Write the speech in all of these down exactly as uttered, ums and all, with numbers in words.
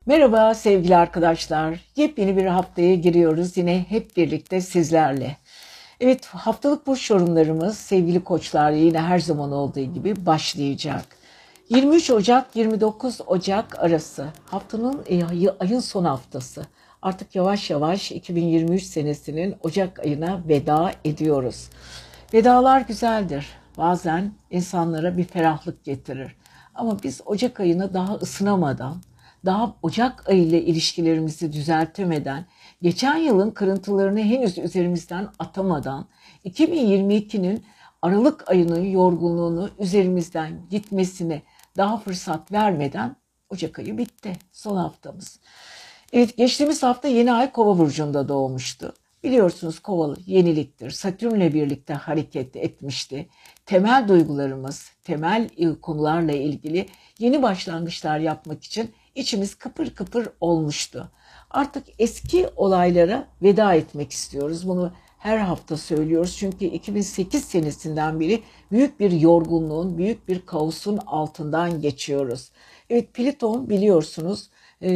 Merhaba sevgili arkadaşlar. Yepyeni bir haftaya giriyoruz yine hep birlikte sizlerle. Evet, haftalık burç yorumlarımız sevgili koçlar yine her zaman olduğu gibi başlayacak. yirmi üç Ocak yirmi dokuz Ocak arası haftanın e, ayın son haftası. Artık yavaş yavaş iki bin yirmi üç senesinin Ocak ayına veda ediyoruz. Vedalar güzeldir. Bazen insanlara bir ferahlık getirir. Ama biz Ocak ayına daha ısınamadan, daha Ocak ayı ile ilişkilerimizi düzeltemeden, geçen yılın kırıntılarını henüz üzerimizden atamadan, iki bin yirmi ikinin Aralık ayının yorgunluğunu üzerimizden gitmesine daha fırsat vermeden Ocak ayı bitti. Son haftamız. Evet, geçtiğimiz hafta yeni ay Kova burcunda doğmuştu. Biliyorsunuz Kovalı yeniliktir. Satürn'le birlikte hareket etmişti. Temel duygularımız, temel konularla ilgili yeni başlangıçlar yapmak için içimiz kıpır kıpır olmuştu. Artık eski olaylara veda etmek istiyoruz. Bunu her hafta söylüyoruz. Çünkü iki bin sekiz senesinden beri büyük bir yorgunluğun, büyük bir kaosun altından geçiyoruz. Evet, Plüton biliyorsunuz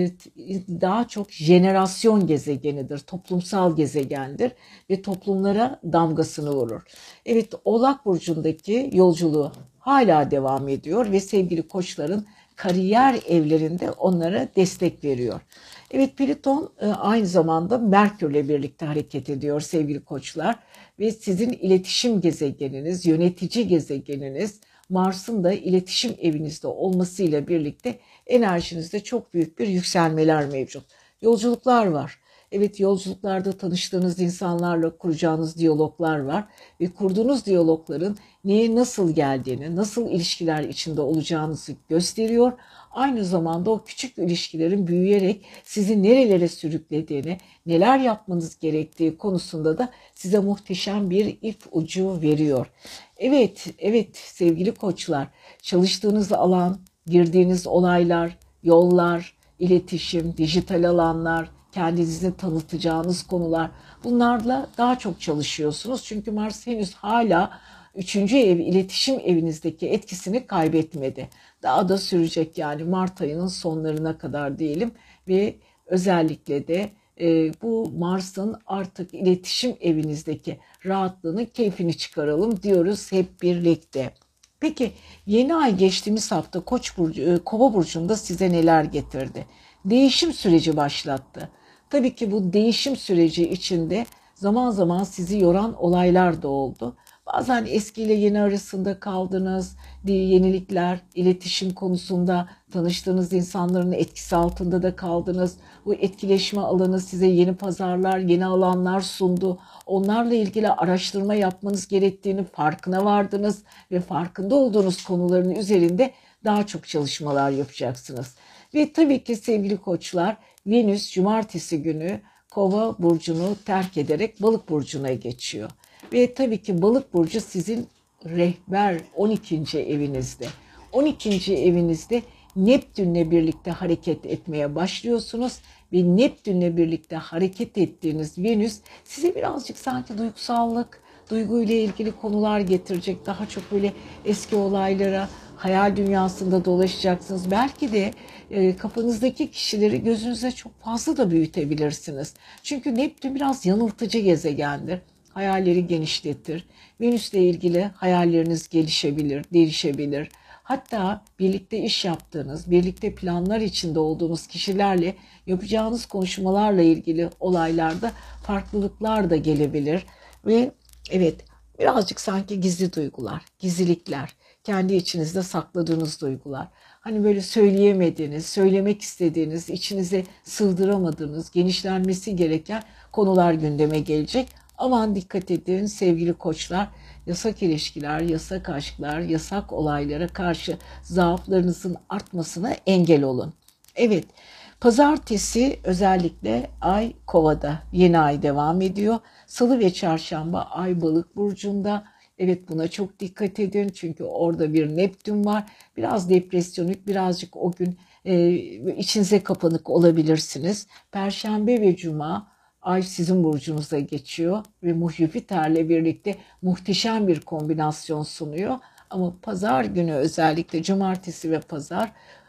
daha çok jenerasyon gezegenidir, toplumsal gezegendir ve toplumlara damgasını vurur. Evet, Oğlak Burcu'ndaki yolculuğu hala devam ediyor ve sevgili koçların kariyer evlerinde onlara destek veriyor. Evet, Plüton aynı zamanda Merkür'le birlikte hareket ediyor sevgili koçlar ve sizin iletişim gezegeniniz, yönetici gezegeniniz Mars'ın da iletişim evinizde olmasıyla birlikte enerjinizde çok büyük bir yükselmeler mevcut. Yolculuklar var. Evet, yolculuklarda tanıştığınız insanlarla kuracağınız diyaloglar var ve kurduğunuz diyalogların neye nasıl geldiğini, nasıl ilişkiler içinde olacağınızı gösteriyor. Aynı zamanda o küçük ilişkilerin büyüyerek sizi nerelere sürüklediğini, neler yapmanız gerektiği konusunda da size muhteşem bir ip ucu veriyor. Evet, evet sevgili koçlar, çalıştığınız alan, girdiğiniz olaylar, yollar, iletişim, dijital alanlar, kendinizi tanıtacağınız konular, bunlarla daha çok çalışıyorsunuz. Çünkü Mars henüz hala üçüncü ev, iletişim evinizdeki etkisini kaybetmedi. Daha da sürecek, yani Mart ayının sonlarına kadar diyelim ve özellikle de e, bu Mars'ın artık iletişim evinizdeki rahatlığının keyfini çıkaralım diyoruz hep birlikte. Peki yeni ay geçtiğimiz hafta Koç burcu, Kova burcunda size neler getirdi? Değişim süreci başlattı. Tabii ki bu değişim süreci içinde zaman zaman sizi yoran olaylar da oldu. Bazen eskiyle yeni arasında kaldınız, yenilikler, iletişim konusunda tanıştığınız insanların etkisi altında da kaldınız. Bu etkileşme alanı size yeni pazarlar, yeni alanlar sundu. Onlarla ilgili araştırma yapmanız gerektiğini farkına vardınız ve farkında olduğunuz konuların üzerinde daha çok çalışmalar yapacaksınız. Ve tabii ki sevgili koçlar, Venüs cumartesi günü Kova burcunu terk ederek Balık burcuna geçiyor. Ve tabii ki Balık burcu sizin rehber on ikinci evinizde. on ikinci evinizde Neptünle birlikte hareket etmeye başlıyorsunuz ve Neptünle birlikte hareket ettiğiniz Venüs size birazcık sanki duygusallık, duyguyla ilgili konular getirecek. Daha çok böyle eski olaylara, hayal dünyasında dolaşacaksınız. Belki de e, kafanızdaki kişileri gözünüze çok fazla da büyütebilirsiniz. Çünkü Neptün biraz yanıltıcı gezegendir. Hayalleri genişletir. Venüs'le ilgili hayalleriniz gelişebilir, değişebilir. Hatta birlikte iş yaptığınız, birlikte planlar içinde olduğunuz kişilerle yapacağınız konuşmalarla ilgili olaylarda farklılıklar da gelebilir. Ve evet, birazcık sanki gizli duygular, gizlilikler, kendi içinizde sakladığınız duygular. Hani böyle söyleyemediğiniz, söylemek istediğiniz, içinize sığdıramadığınız, genişlenmesi gereken konular gündeme gelecek. Aman dikkat edin sevgili koçlar, yasak ilişkiler, yasak aşklar, yasak olaylara karşı zaaflarınızın artmasına engel olun. Evet, pazartesi özellikle ay Kova'da, yeni ay devam ediyor. Salı ve çarşamba ay Balık burcunda. Evet, buna çok dikkat edin çünkü orada bir Neptün var. Biraz depresyonik, birazcık o gün e, içinize kapanık olabilirsiniz. Perşembe ve cuma ay sizin burcunuza geçiyor ve Jüpiter'le birlikte muhteşem bir kombinasyon sunuyor. Ama pazar günü, özellikle cumartesi ve pazar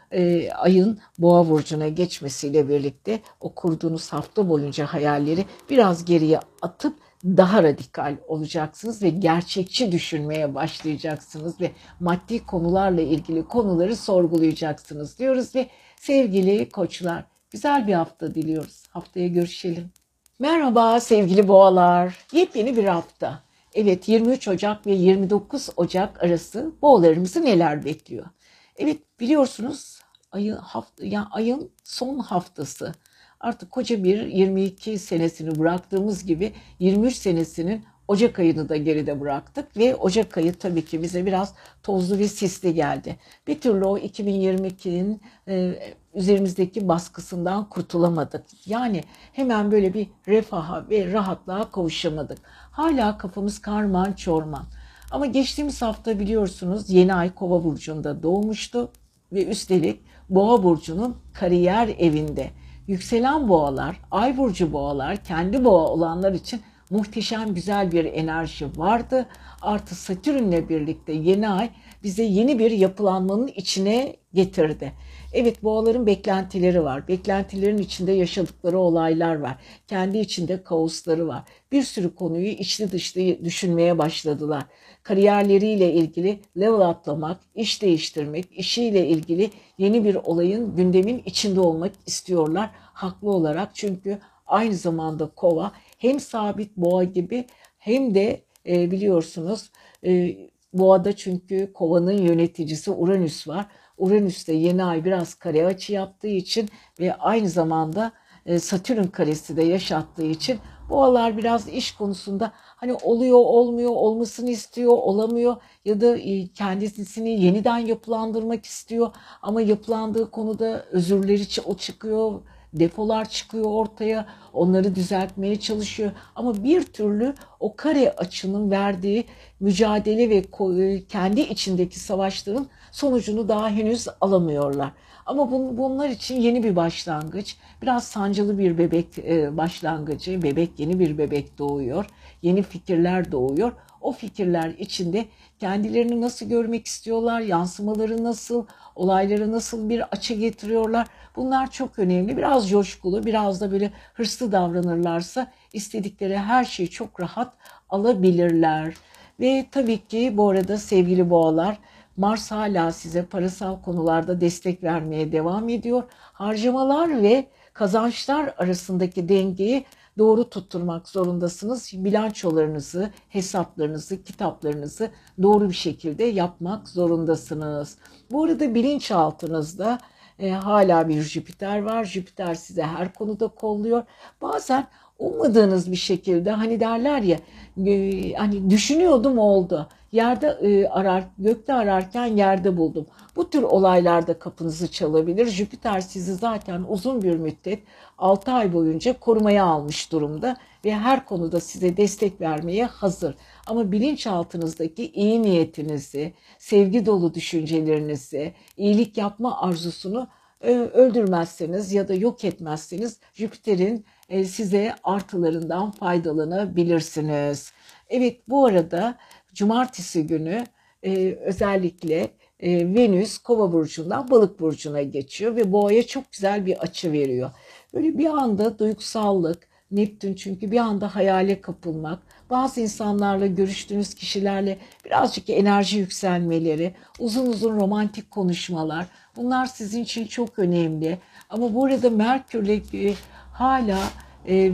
e, ayın Boğa burcuna geçmesiyle birlikte o kurduğunuz hafta boyunca hayalleri biraz geriye atıp daha radikal olacaksınız ve gerçekçi düşünmeye başlayacaksınız ve maddi konularla ilgili konuları sorgulayacaksınız diyoruz ve sevgili koçlar, güzel bir hafta diliyoruz. Haftaya görüşelim. Merhaba sevgili boğalar. Yepyeni bir hafta. Evet, yirmi üç Ocak ve yirmi dokuz Ocak arası boğalarımızı neler bekliyor? Evet, biliyorsunuz ayın hafta yani ayın son haftası. Artık koca bir yirmi iki senesini bıraktığımız gibi yirmi üç senesinin Ocak ayını da geride bıraktık ve Ocak ayı tabii ki bize biraz tozlu ve sisli geldi. Bir türlü o iki bin yirmi ikinin e, üzerimizdeki baskısından kurtulamadık. Yani hemen böyle bir refaha ve rahatlığa kavuşamadık. Hala kafamız karman çorman. Ama geçtiğimiz hafta biliyorsunuz yeni ay Kova burcunda doğmuştu ve üstelik Boğa burcunun kariyer evinde. Yükselen boğalar, ay burcu boğalar, kendi boğa olanlar için muhteşem güzel bir enerji vardı. Artı Satürn'le birlikte yeni ay bize yeni bir yapılanmanın içine getirdi. Evet, boğaların beklentileri var. Beklentilerin içinde yaşadıkları olaylar var. Kendi içinde kaosları var. Bir sürü konuyu içli dışlı düşünmeye başladılar. Kariyerleriyle ilgili level atlamak, iş değiştirmek, işiyle ilgili yeni bir olayın gündemin içinde olmak istiyorlar. Haklı olarak, çünkü aynı zamanda kova hem sabit boğa gibi hem de e, biliyorsunuz e, boğada, çünkü kovanın yöneticisi Uranüs var. Uranüs'te yeni ay biraz kare açı yaptığı için ve aynı zamanda e, Satürn karesi de yaşattığı için boğalar biraz iş konusunda hani oluyor olmuyor, olmasını istiyor olamıyor ya da e, kendisini yeniden yapılandırmak istiyor ama yapılandığı konuda özürleri çıkıyor, defolar çıkıyor ortaya, onları düzeltmeye çalışıyor ama bir türlü o kare açının verdiği mücadele ve kendi içindeki savaşların sonucunu daha henüz alamıyorlar. Ama bunlar için yeni bir başlangıç, biraz sancılı bir bebek başlangıcı, bebek yeni bir bebek doğuyor, yeni fikirler doğuyor. O fikirler içinde kendilerini nasıl görmek istiyorlar, yansımaları nasıl, olayları nasıl bir açı getiriyorlar. Bunlar çok önemli. Biraz coşkulu, biraz da böyle hırslı davranırlarsa istedikleri her şeyi çok rahat alabilirler. Ve tabii ki bu arada sevgili boğalar, Mars hala size parasal konularda destek vermeye devam ediyor. Harcamalar ve kazançlar arasındaki dengeyi doğru tutturmak zorundasınız. Bilançolarınızı, hesaplarınızı, kitaplarınızı doğru bir şekilde yapmak zorundasınız. Bu arada bilinçaltınızda e, hala bir Jüpiter var. Jüpiter size her konuda kolluyor. Bazen ummadığınız bir şekilde, hani derler ya, e, hani düşünüyordum oldu. Yerde e, arar, gökte ararken yerde buldum. Bu tür olaylarda kapınızı çalabilir. Jüpiter sizi zaten uzun bir müddet altı ay boyunca korumaya almış durumda ve her konuda size destek vermeye hazır. Ama bilinçaltınızdaki iyi niyetinizi, sevgi dolu düşüncelerinizi, iyilik yapma arzusunu e, öldürmezseniz ya da yok etmezseniz Jüpiter'in e, size artılarından faydalanabilirsiniz. Evet, bu arada cumartesi günü e, özellikle e, Venüs Kova burcundan Balık burcuna geçiyor ve Boğa'ya çok güzel bir açı veriyor. Böyle bir anda duygusallık, Neptün, çünkü bir anda hayale kapılmak, bazı insanlarla, görüştüğünüz kişilerle birazcık enerji yükselmeleri, uzun uzun romantik konuşmalar, bunlar sizin için çok önemli. Ama bu arada Merkür'le hala e,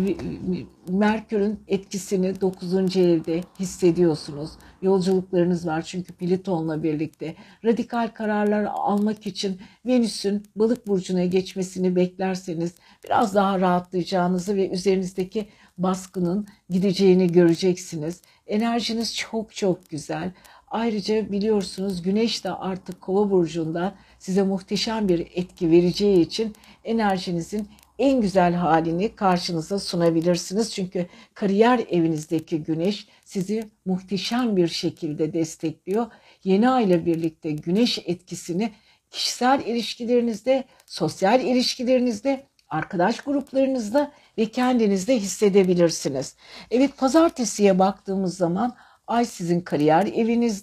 Merkür'ün etkisini dokuzuncu evde hissediyorsunuz. Yolculuklarınız var çünkü Plüton'la birlikte. Radikal kararlar almak için Venüs'ün Balık burcuna geçmesini beklerseniz biraz daha rahatlayacağınızı ve üzerinizdeki baskının gideceğini göreceksiniz. Enerjiniz çok çok güzel. Ayrıca biliyorsunuz Güneş de artık Kova burcunda size muhteşem bir etki vereceği için enerjinizin en güzel halini karşınıza sunabilirsiniz. Çünkü kariyer evinizdeki Güneş sizi muhteşem bir şekilde destekliyor. Yeni ay ile birlikte Güneş etkisini kişisel ilişkilerinizde, sosyal ilişkilerinizde, arkadaş gruplarınızda ve kendinizde hissedebilirsiniz. Evet, pazartesiye baktığımız zaman Ay sizin kariyer evinizde.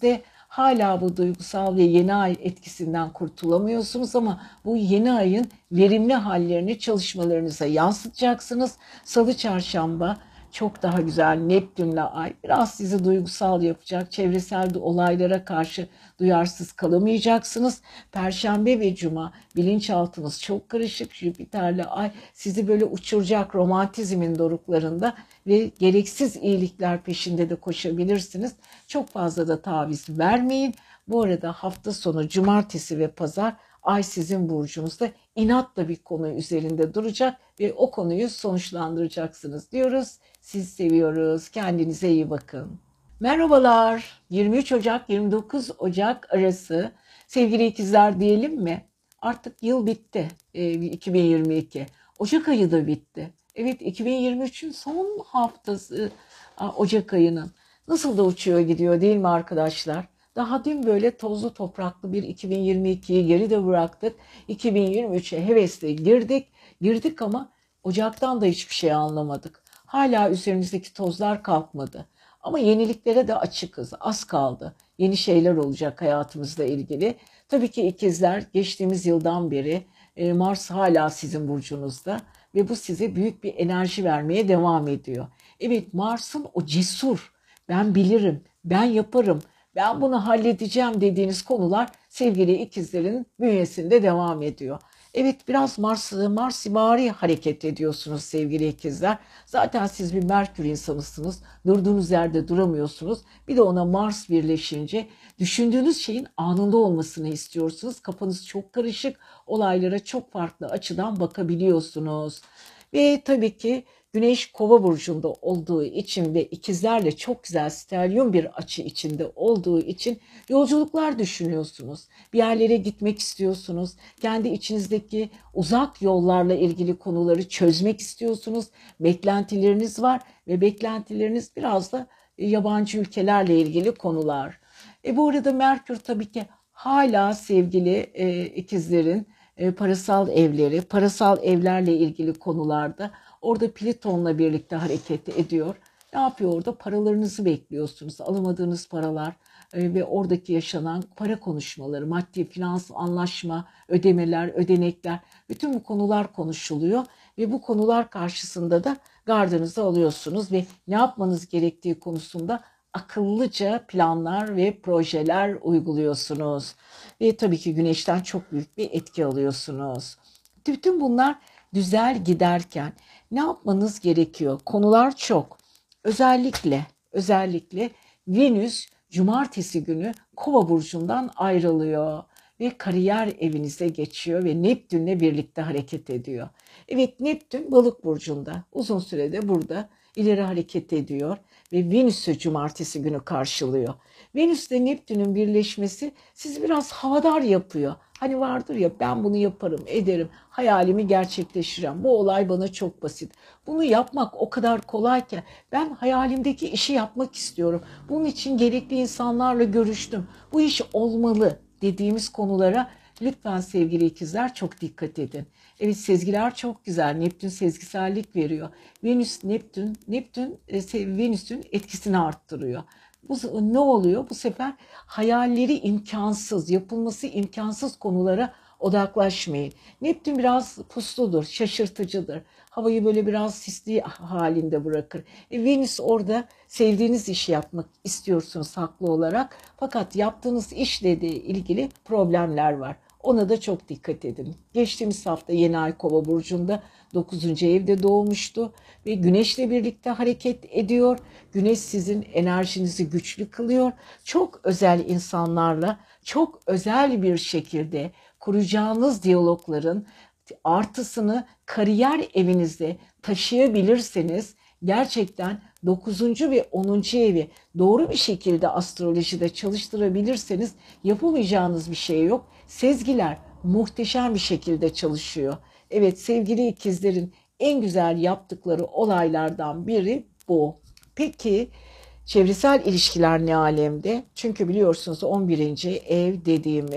Hala bu duygusal ve yeni ay etkisinden kurtulamıyorsunuz ama bu yeni ayın verimli hallerini çalışmalarınıza yansıtacaksınız. Salı, çarşamba çok daha güzel Neptün'le ay biraz sizi duygusal yapacak. Çevresel olaylara karşı duyarsız kalamayacaksınız. Perşembe ve cuma bilinçaltınız çok karışık. Jüpiter'le ay sizi böyle uçuracak romantizmin doruklarında ve gereksiz iyilikler peşinde de koşabilirsiniz. Çok fazla da taviz vermeyin. Bu arada hafta sonu cumartesi ve pazar ay sizin burcunuzda inatla bir konu üzerinde duracak ve o konuyu sonuçlandıracaksınız diyoruz. Siz seviyoruz. Kendinize iyi bakın. Merhabalar. yirmi üç Ocak yirmi dokuz Ocak arası sevgili ikizler diyelim mi? Artık yıl bitti. iki bin yirmi iki. Ocak ayı da bitti. Evet, iki bin yirmi üçün son haftası Ocak ayının. Nasıl da uçuyor gidiyor değil mi arkadaşlar? Daha dün böyle tozlu topraklı bir iki bin yirmi ikiyi geride bıraktık. iki bin yirmi üçe hevesle girdik. Girdik ama Ocak'tan da hiçbir şey anlamadık. Hala üzerimizdeki tozlar kalkmadı. Ama yeniliklere de açıkız. Az kaldı. Yeni şeyler olacak hayatımızla ilgili. Tabii ki ikizler geçtiğimiz yıldan beri Mars hala sizin burcunuzda ve bu size büyük bir enerji vermeye devam ediyor. Evet, Mars'ın o cesur, ben bilirim, ben yaparım, ben bunu halledeceğim dediğiniz konular sevgili ikizlerin bünyesinde devam ediyor. Evet, biraz Mars, Marsivari hareket ediyorsunuz sevgili ikizler. Zaten siz bir Merkür insanısınız. Durduğunuz yerde duramıyorsunuz. Bir de ona Mars birleşince düşündüğünüz şeyin anında olmasını istiyorsunuz. Kafanız çok karışık. Olaylara çok farklı açıdan bakabiliyorsunuz. Ve tabii ki Güneş Kova burcunda olduğu için ve ikizlerle çok güzel stelyum bir açı içinde olduğu için yolculuklar düşünüyorsunuz. Bir yerlere gitmek istiyorsunuz. Kendi içinizdeki uzak yollarla ilgili konuları çözmek istiyorsunuz. Beklentileriniz var ve beklentileriniz biraz da yabancı ülkelerle ilgili konular. E bu arada Merkür tabii ki hala sevgili e, ikizlerin e, parasal evleri, parasal evlerle ilgili konularda orada Plüton'la birlikte hareket ediyor. Ne yapıyor orada? Paralarınızı bekliyorsunuz. Alamadığınız paralar e, ve oradaki yaşanan para konuşmaları, maddi, finans, anlaşma, ödemeler, ödenekler, bütün bu konular konuşuluyor ve bu konular karşısında da gardınızı alıyorsunuz ve ne yapmanız gerektiği konusunda akıllıca planlar ve projeler uyguluyorsunuz. Ve tabii ki güneşten çok büyük bir etki alıyorsunuz. Bütün bunlar güzel giderken ne yapmanız gerekiyor? Konular çok. Özellikle özellikle Venüs cumartesi günü Kova burcundan ayrılıyor ve kariyer evinize geçiyor ve Neptün'le birlikte hareket ediyor. Evet, Neptün Balık burcunda uzun sürede burada ileri hareket ediyor ve Venüs'ü cumartesi günü karşılıyor. Venüs ile Neptün'ün birleşmesi sizi biraz havadar yapıyor. Hani vardır ya, ben bunu yaparım, ederim, hayalimi gerçekleştireceğim. Bu olay bana çok basit. Bunu yapmak o kadar kolayken ben hayalimdeki işi yapmak istiyorum. Bunun için gerekli insanlarla görüştüm. Bu iş olmalı dediğimiz konulara lütfen sevgili ikizler çok dikkat edin. Evet, sezgiler çok güzel. Neptün sezgisellik veriyor. Venüs, Neptün, Neptün Venüs'ün etkisini arttırıyor. Bu ne oluyor? Bu sefer hayalleri imkansız, yapılması imkansız konulara odaklaşmayın. Neptün biraz pusludur, şaşırtıcıdır. Havayı böyle biraz sisli halinde bırakır. E, Venüs orada sevdiğiniz işi yapmak istiyorsunuz haklı olarak. Fakat yaptığınız işle de ilgili problemler var. Ona da çok dikkat edin. Geçtiğimiz hafta yeni ay Kova burcunda dokuzuncu evde doğmuştu ve Güneş'le birlikte hareket ediyor. Güneş sizin enerjinizi güçlü kılıyor. Çok özel insanlarla çok özel bir şekilde kuracağınız diyalogların artısını kariyer evinizde taşıyabilirseniz gerçekten dokuzuncu ve onuncu evi doğru bir şekilde astrolojide çalıştırabilirseniz yapamayacağınız bir şey yok. Sezgiler muhteşem bir şekilde çalışıyor. Evet, sevgili ikizlerin en güzel yaptıkları olaylardan biri bu. Peki çevresel ilişkiler ne alemde? Çünkü biliyorsunuz on birinci ev dediğimiz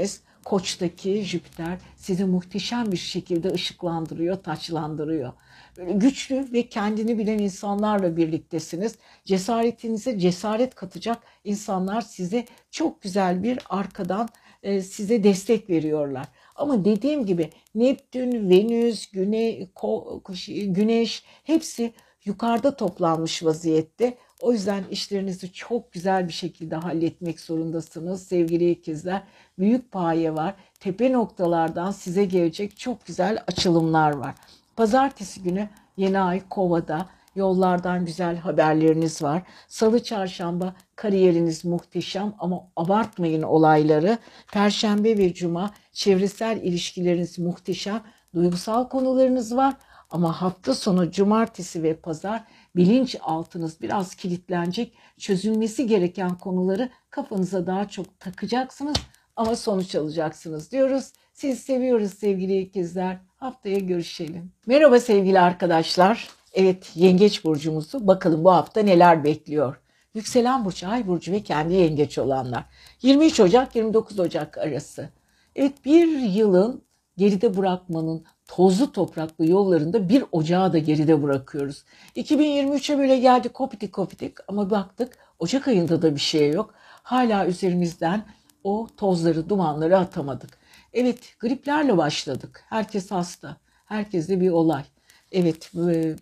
Koç'taki Jüpiter sizi muhteşem bir şekilde ışıklandırıyor, taçlandırıyor. Böyle güçlü ve kendini bilen insanlarla birliktesiniz. Cesaretinize cesaret katacak insanlar size çok güzel bir arkadan e, size destek veriyorlar. Ama dediğim gibi Neptün, Venüs, Güne, Ko, Güneş hepsi yukarıda toplanmış vaziyette. O yüzden işlerinizi çok güzel bir şekilde halletmek zorundasınız sevgili ikizler. Büyük paye var. Tepe noktalardan size gelecek çok güzel açılımlar var. Pazartesi günü yeni ay Kova'da, yollardan güzel haberleriniz var. Salı, çarşamba kariyeriniz muhteşem ama abartmayın olayları. Perşembe ve cuma çevresel ilişkileriniz muhteşem. Duygusal konularınız var. Ama hafta sonu cumartesi ve pazar bilinçaltınız biraz kilitlenecek. Çözülmesi gereken konuları kafanıza daha çok takacaksınız ama sonuç alacaksınız diyoruz. Sizi seviyoruz sevgili ikizler. Haftaya görüşelim. Merhaba sevgili arkadaşlar. Evet, Yengeç burcumuzu bakalım bu hafta neler bekliyor. Yükselen burç, ay burcu ve kendi yengeç olanlar. yirmi üç Ocak yirmi dokuz Ocak arası. Evet, bir yılın geride bırakmanın tozlu topraklı yollarında bir ocağı da geride bırakıyoruz. iki bin yirmi üçe böyle geldik kopitik kopitik ama baktık Ocak ayında da bir şey yok. Hala üzerimizden o tozları, dumanları atamadık. Evet, griplerle başladık. Herkes hasta. Herkeste bir olay. Evet,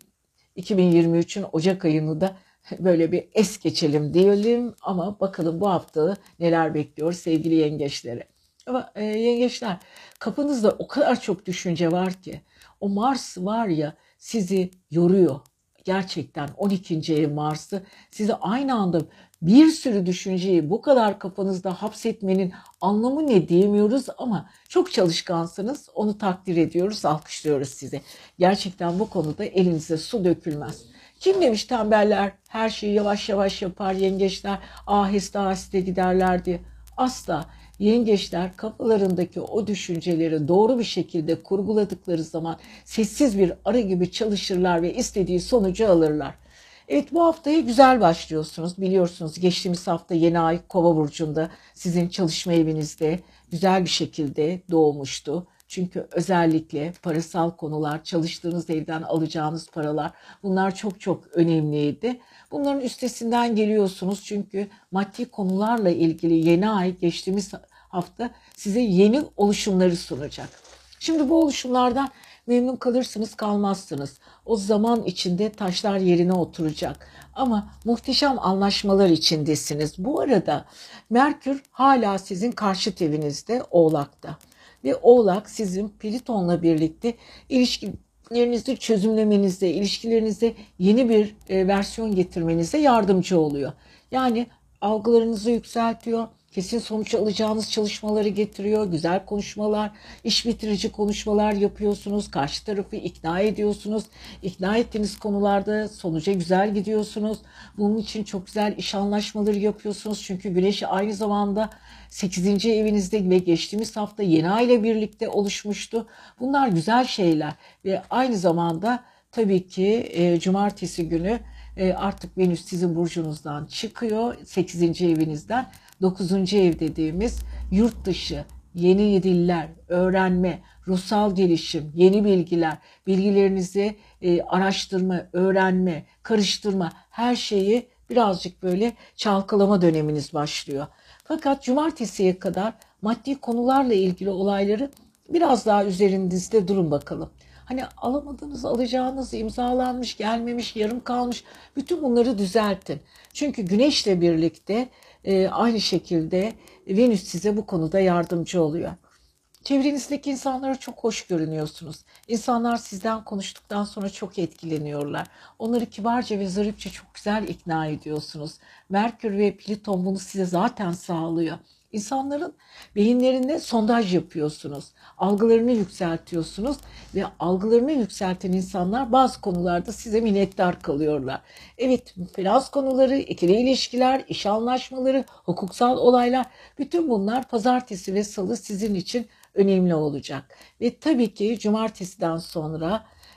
iki bin yirmi üçün Ocak ayını da böyle bir es geçelim diyelim ama bakalım bu hafta neler bekliyor sevgili yengeçlere. Ama e, yengeçler, kafanızda o kadar çok düşünce var ki o Mars var ya sizi yoruyor. Gerçekten on ikinci ev Mars'ı sizi aynı anda bir sürü düşünceyi bu kadar kafanızda hapsetmenin anlamı ne diyemiyoruz ama çok çalışkansınız. Onu takdir ediyoruz, alkışlıyoruz size. Gerçekten bu konuda elinize su dökülmez. Kim demiş tembeller her şeyi yavaş yavaş yapar, yengeçler aheste aheste giderler diye. Asla. Yengeçler kafalarındaki o düşünceleri doğru bir şekilde kurguladıkları zaman sessiz bir arı gibi çalışırlar ve istediği sonucu alırlar. Evet, bu haftaya güzel başlıyorsunuz. Biliyorsunuz geçtiğimiz hafta yeni ay Kova burcunda sizin çalışma evinizde güzel bir şekilde doğmuştu. Çünkü özellikle parasal konular, çalıştığınız evden alacağınız paralar bunlar çok çok önemliydi. Bunların üstesinden geliyorsunuz çünkü maddi konularla ilgili yeni ay geçtiğimiz hafta size yeni oluşumları sunacak. Şimdi bu oluşumlardan memnun kalırsınız, kalmazsınız. O zaman içinde taşlar yerine oturacak. Ama muhteşem anlaşmalar içindesiniz. Bu arada Merkür hala sizin karşıt evinizde, Oğlak'ta. Ve Oğlak sizin Plüton'la birlikte ilişkilerinizi çözümlemenizde, ilişkilerinize yeni bir e, versiyon getirmenize yardımcı oluyor. Yani algılarınızı yükseltiyor. Kesin sonuç alacağınız çalışmaları getiriyor. Güzel konuşmalar, iş bitirici konuşmalar yapıyorsunuz. Karşı tarafı ikna ediyorsunuz. İkna ettiğiniz konularda sonuca güzel gidiyorsunuz. Bunun için çok güzel iş anlaşmaları yapıyorsunuz. Çünkü Güneş aynı zamanda sekizinci evinizde ve geçtiğimiz hafta yeni ay ile birlikte oluşmuştu. Bunlar güzel şeyler ve aynı zamanda tabii ki e, cumartesi günü e, artık Venüs sizin burcunuzdan çıkıyor. sekizinci evinizden. dokuzuncu ev dediğimiz yurt dışı, yeni diller, öğrenme, ruhsal gelişim, yeni bilgiler, bilgilerinizi e, araştırma, öğrenme, karıştırma, her şeyi birazcık böyle çalkalama döneminiz başlıyor. Fakat cumartesiye kadar maddi konularla ilgili olayları biraz daha üzerinizde durun bakalım. Hani alamadığınız, alacağınız, imzalanmış, gelmemiş, yarım kalmış bütün bunları düzeltin. Çünkü Güneş'le birlikte e, aynı şekilde Venüs size bu konuda yardımcı oluyor. Çevrenizdeki insanlara çok hoş görünüyorsunuz. İnsanlar sizden konuştuktan sonra çok etkileniyorlar. Onları kibarca ve zarifçe çok güzel ikna ediyorsunuz. Merkür ve Plüton bunu size zaten sağlıyor. İnsanların beyinlerinde sondaj yapıyorsunuz. Algılarını yükseltiyorsunuz ve algılarını yükselten insanlar bazı konularda size minnettar kalıyorlar. Evet, finans konuları, ikili ilişkiler, iş anlaşmaları, hukuksal olaylar, bütün bunlar pazartesi ve salı sizin için önemli olacak. Ve tabii ki cumartesiden sonra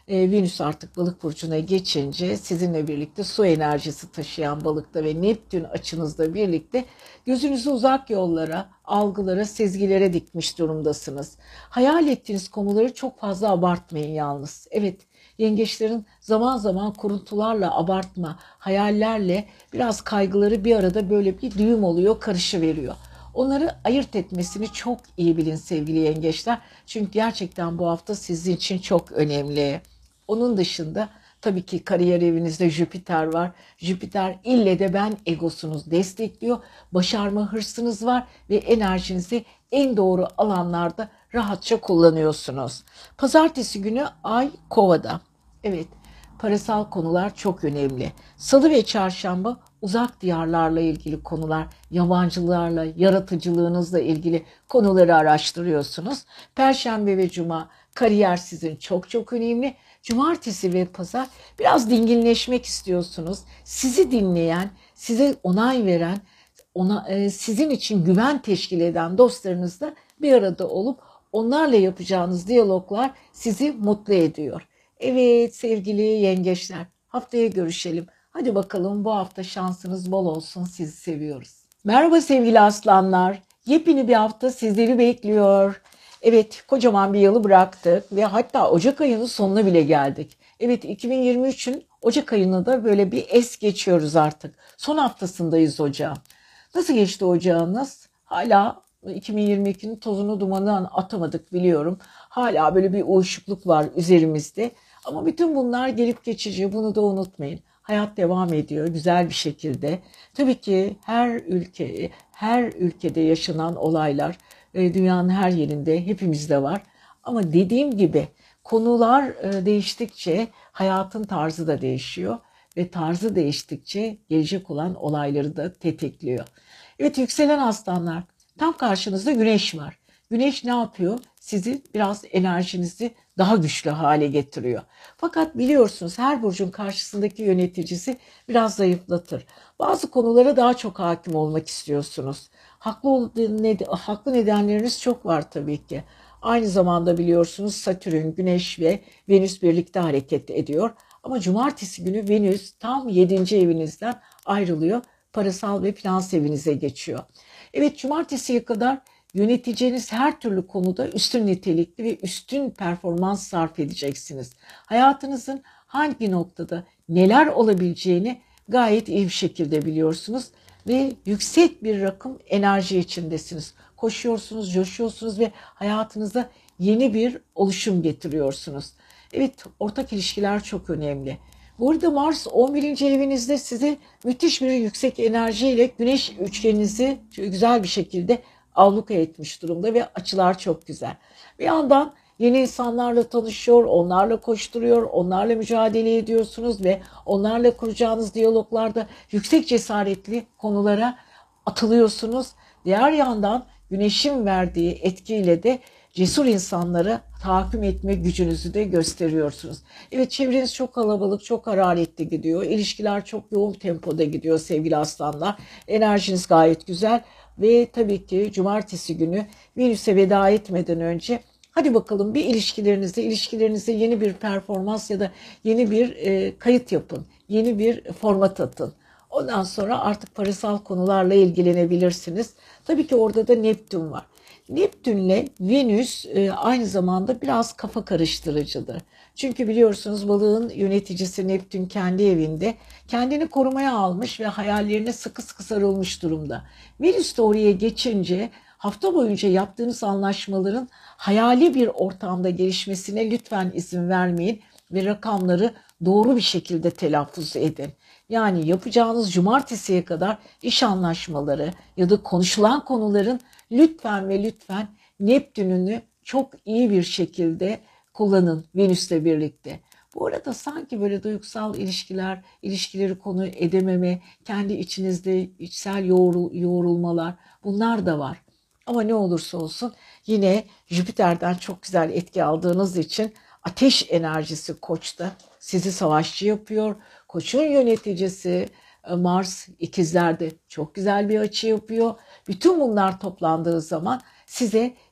E, Venüs artık balık burcuna geçince sizinle birlikte su enerjisi taşıyan balıkta ve Neptün açınızla birlikte gözünüzü uzak yollara, algılara, sezgilere dikmiş durumdasınız. Hayal ettiğiniz konuları çok fazla abartmayın yalnız. Evet, yengeçlerin zaman zaman kuruntularla, abartma, hayallerle biraz kaygıları bir arada böyle bir düğüm oluyor, karışıveriyor. Onları ayırt etmesini çok iyi bilin sevgili yengeçler. Çünkü gerçekten bu hafta sizin için çok önemli. Onun dışında tabii ki kariyer evinizde Jüpiter var. Jüpiter ille de ben egosunuz destekliyor. Başarma hırsınız var ve enerjinizi en doğru alanlarda rahatça kullanıyorsunuz. Pazartesi günü Ay Kova'da. Evet, parasal konular çok önemli. Salı ve çarşamba uzak diyarlarla ilgili konular, yabancılarla, yaratıcılığınızla ilgili konuları araştırıyorsunuz. Perşembe ve cuma kariyer sizin çok çok önemli. Cumartesi ve pazar biraz dinginleşmek istiyorsunuz. Sizi dinleyen, size onay veren, ona, e, sizin için güven teşkil eden dostlarınızla bir arada olup onlarla yapacağınız diyaloglar sizi mutlu ediyor. Evet sevgili yengeçler, haftaya görüşelim. Hadi bakalım bu hafta şansınız bol olsun, sizi seviyoruz. Merhaba sevgili aslanlar, yepyeni bir hafta sizleri bekliyor. Evet, kocaman bir yılı bıraktık ve hatta Ocak ayının sonuna bile geldik. Evet, iki bin yirmi üçün Ocak ayını da böyle bir es geçiyoruz artık. Son haftasındayız ocağın. Nasıl geçti ocağınız? Hala iki bin yirmi ikinin tozunu dumanını atamadık biliyorum. Hala böyle bir uyuşukluk var üzerimizde. Ama bütün bunlar gelip geçici, bunu da unutmayın. Hayat devam ediyor güzel bir şekilde. Tabii ki her ülke, her ülkede yaşanan olaylar dünyanın her yerinde hepimizde var. Ama dediğim gibi konular değiştikçe hayatın tarzı da değişiyor ve tarzı değiştikçe gelecek olan olayları da tetikliyor. Evet yükselen aslanlar, tam karşınızda Güneş var. Güneş ne yapıyor? Sizi biraz enerjinizi daha güçlü hale getiriyor. Fakat biliyorsunuz her burcun karşısındaki yöneticisi biraz zayıflatır. Bazı konulara daha çok hakim olmak istiyorsunuz. Haklı, haklı nedenleriniz çok var tabii ki. Aynı zamanda biliyorsunuz Satürn, Güneş ve Venüs birlikte hareket ediyor. Ama cumartesi günü Venüs tam yedinci evinizden ayrılıyor. Parasal ve finans evinize geçiyor. Evet cumartesiye kadar yöneteceğiniz her türlü konuda üstün nitelikli ve üstün performans sarf edeceksiniz. Hayatınızın hangi noktada neler olabileceğini gayet iyi bir şekilde biliyorsunuz ve yüksek bir rakım enerji içindesiniz. Koşuyorsunuz, coşuyorsunuz ve hayatınıza yeni bir oluşum getiriyorsunuz. Evet, ortak ilişkiler çok önemli. Bu arada Mars on birinci evinizde size müthiş bir yüksek enerjiyle Güneş üçgeninizi güzel bir şekilde abluka etmiş durumda ve açılar çok güzel. Bir yandan yeni insanlarla tanışıyor, onlarla koşturuyor, onlarla mücadele ediyorsunuz ve onlarla kuracağınız diyaloglarda yüksek cesaretli konulara atılıyorsunuz. Diğer yandan Güneş'in verdiği etkiyle de cesur insanlara tahakküm etme gücünüzü de gösteriyorsunuz. Evet çevreniz çok kalabalık, çok hararetli gidiyor. İlişkiler çok yoğun tempoda gidiyor sevgili aslanlar. Enerjiniz gayet güzel ve tabii ki cumartesi günü Venüs'e veda etmeden önce hadi bakalım bir ilişkilerinizde, ilişkilerinize yeni bir performans ya da yeni bir e, kayıt yapın. Yeni bir format atın. Ondan sonra artık parasal konularla ilgilenebilirsiniz. Tabii ki orada da Neptün var. Neptünle Venüs e, aynı zamanda biraz kafa karıştırıcıdır. Çünkü biliyorsunuz balığın yöneticisi Neptün kendi evinde kendini korumaya almış ve hayallerine sıkı sıkı sarılmış durumda. Venüs de oraya geçince hafta boyunca yaptığınız anlaşmaların hayali bir ortamda gelişmesine lütfen izin vermeyin ve rakamları doğru bir şekilde telaffuz edin. Yani yapacağınız cumartesiye kadar iş anlaşmaları ya da konuşulan konuların lütfen ve lütfen Neptün'ünü çok iyi bir şekilde kullanın Venüs'le birlikte. Bu arada sanki böyle duygusal ilişkiler, ilişkileri konu edememe, kendi içinizde içsel yoğrul, yoğrulmalar bunlar da var. Ama ne olursa olsun yine Jüpiter'den çok güzel etki aldığınız için ateş enerjisi Koç'ta sizi savaşçı yapıyor. Koç'un yöneticisi Mars ikizlerde çok güzel bir açı yapıyor. Bütün bunlar toplandığı zaman size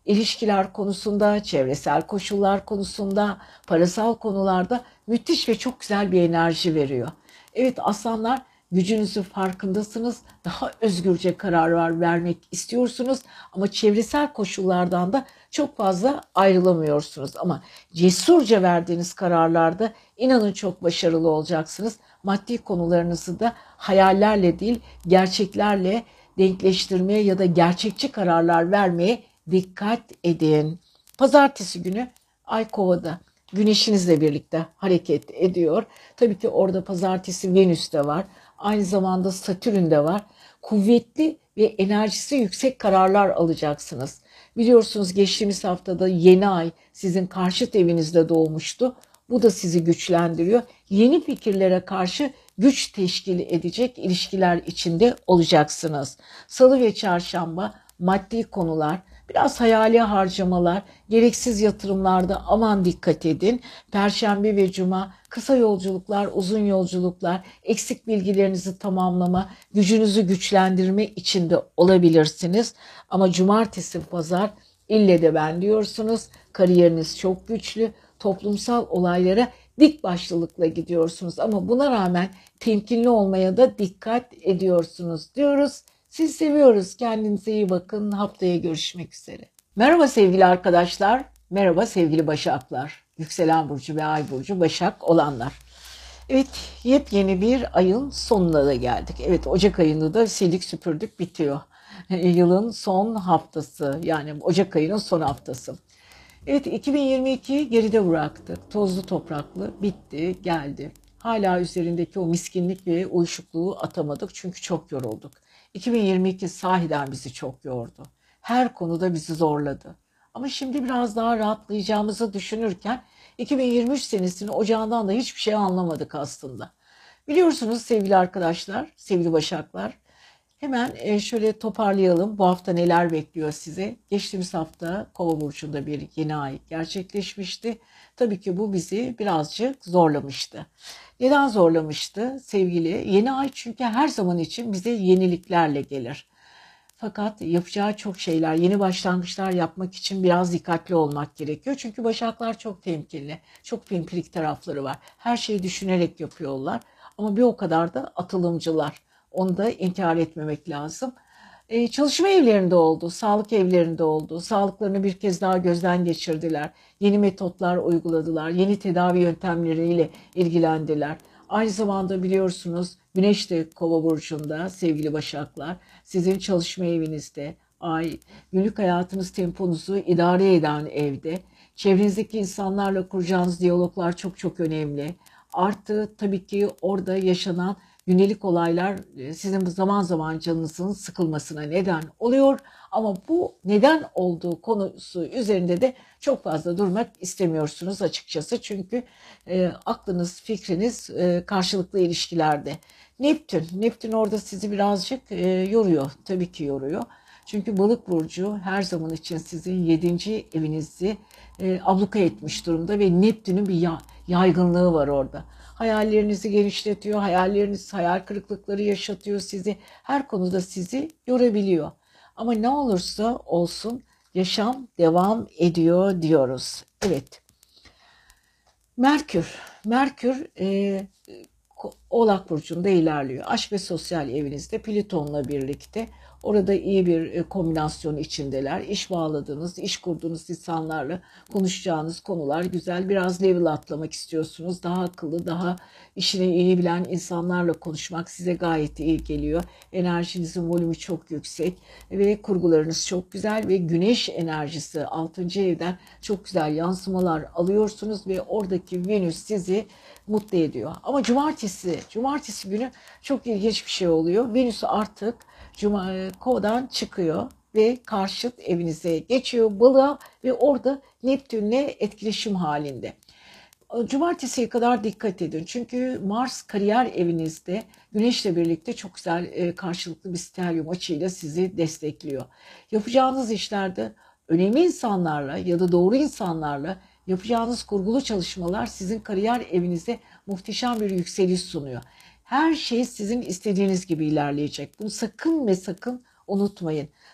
İlişkiler konusunda, çevresel koşullar konusunda, parasal konularda müthiş ve çok güzel bir enerji veriyor. Evet aslanlar, gücünüzün farkındasınız. Daha özgürce kararlar vermek istiyorsunuz ama çevresel koşullardan da çok fazla ayrılamıyorsunuz. Ama cesurca verdiğiniz kararlarda inanın çok başarılı olacaksınız. Maddi konularınızı da hayallerle değil, gerçeklerle denkleştirmeye ya da gerçekçi kararlar vermeye dikkat edin. Pazartesi günü Ay Kova'da Güneşinizle birlikte hareket ediyor. Tabii ki orada pazartesi Venüs de var. Aynı zamanda Satürn de var. Kuvvetli ve enerjisi yüksek kararlar alacaksınız. Biliyorsunuz geçtiğimiz haftada yeni ay sizin karşıt evinizde doğmuştu. Bu da sizi güçlendiriyor. Yeni fikirlere karşı güç teşkil edecek ilişkiler içinde olacaksınız. Salı ve çarşamba maddi konular, biraz hayali harcamalar, gereksiz yatırımlarda aman dikkat edin. Perşembe ve cuma kısa yolculuklar, uzun yolculuklar, eksik bilgilerinizi tamamlama, gücünüzü güçlendirme içinde olabilirsiniz. Ama cumartesi, pazar ille de ben diyorsunuz. Kariyeriniz çok güçlü, toplumsal olaylara dik başlılıkla gidiyorsunuz. Ama buna rağmen temkinli olmaya da dikkat ediyorsunuz diyoruz. Sizi seviyoruz. Kendinize iyi bakın. Haftaya görüşmek üzere. Merhaba sevgili arkadaşlar. Merhaba sevgili Başaklar. Yükselen burcu ve ay burcu Başak olanlar. Evet, yepyeni bir ayın sonuna da geldik. Evet, Ocak ayını da sildik süpürdük, bitiyor. Yılın son haftası, yani Ocak ayının son haftası. Evet, iki bin yirmi ikiyi geride bıraktık. Tozlu topraklı bitti, geldi. Hala üzerindeki o miskinlik ve uyuşukluğu atamadık çünkü çok yorulduk. iki bin yirmi iki sahiden bizi çok yordu. Her konuda bizi zorladı. Ama şimdi biraz daha rahatlayacağımızı düşünürken iki bin yirmi üç senesinin ocağından da hiçbir şey anlamadık aslında. Biliyorsunuz sevgili arkadaşlar, sevgili Başaklar, hemen şöyle toparlayalım. Bu hafta neler bekliyor size? Geçtiğimiz hafta Kova burcunda bir yeni ay gerçekleşmişti. Tabii ki bu bizi birazcık zorlamıştı. Neden zorlamıştı sevgili? Yeni ay çünkü her zaman için bize yeniliklerle gelir. Fakat yapacağı çok şeyler, yeni başlangıçlar yapmak için biraz dikkatli olmak gerekiyor. Çünkü Başaklar çok temkinli, çok pimpirik tarafları var. Her şeyi düşünerek yapıyorlar ama bir o kadar da atılımcılar. Onu da inkar etmemek lazım. Ee, çalışma evlerinde oldu, sağlık evlerinde oldu. Sağlıklarını bir kez daha gözden geçirdiler. Yeni metotlar uyguladılar, yeni tedavi yöntemleriyle ilgilendiler. Aynı zamanda biliyorsunuz Güneş de Kova burcunda sevgili Başaklar. Sizin çalışma evinizde, ay, günlük hayatınız temponuzu idare eden evde. Çevrenizdeki insanlarla kuracağınız diyaloglar çok çok önemli. Artı tabii ki orada yaşanan gündelik olaylar sizin zaman zaman canınızın sıkılmasına neden oluyor. Ama bu neden olduğu konusu üzerinde de çok fazla durmak istemiyorsunuz açıkçası. Çünkü e, aklınız, fikriniz e, karşılıklı ilişkilerde. Neptün, Neptün orada sizi birazcık e, yoruyor. Tabii ki yoruyor. Çünkü Balık burcu her zaman için sizin yedinci evinizi e, abluka etmiş durumda ve Neptün'ün bir ya, yaygınlığı var orada. Hayallerinizi genişletiyor, hayalleriniz hayal kırıklıkları yaşatıyor sizi. Her konuda sizi yorabiliyor. Ama ne olursa olsun yaşam devam ediyor diyoruz. Evet. Merkür. Merkür e, Oğlak burcunda ilerliyor. Aşk ve sosyal evinizde Plüton'la birlikte. Orada iyi bir kombinasyon içindeler. İş bağladığınız, iş kurduğunuz insanlarla konuşacağınız konular güzel. Biraz level atlamak istiyorsunuz. Daha akıllı, daha işini iyi bilen insanlarla konuşmak size gayet iyi geliyor. Enerjinizin volümü çok yüksek ve kurgularınız çok güzel ve güneş enerjisi altıncı evden çok güzel yansımalar alıyorsunuz ve oradaki Venüs sizi mutlu ediyor. Ama cumartesi, cumartesi günü çok ilginç bir şey oluyor. Venüs artık Cuma, Kova'dan çıkıyor ve karşıt evinize geçiyor Balığa ve orada Neptün'le etkileşim halinde. Cumartesiye kadar dikkat edin. Çünkü Mars kariyer evinizde Güneş'le birlikte çok güzel karşılıklı bir stelyum açıyla sizi destekliyor. Yapacağınız işlerde önemli insanlarla ya da doğru insanlarla yapacağınız kurgulu çalışmalar sizin kariyer evinize muhteşem bir yükseliş sunuyor. Her şey sizin istediğiniz gibi ilerleyecek. Bunu sakın ve sakın unutmayın.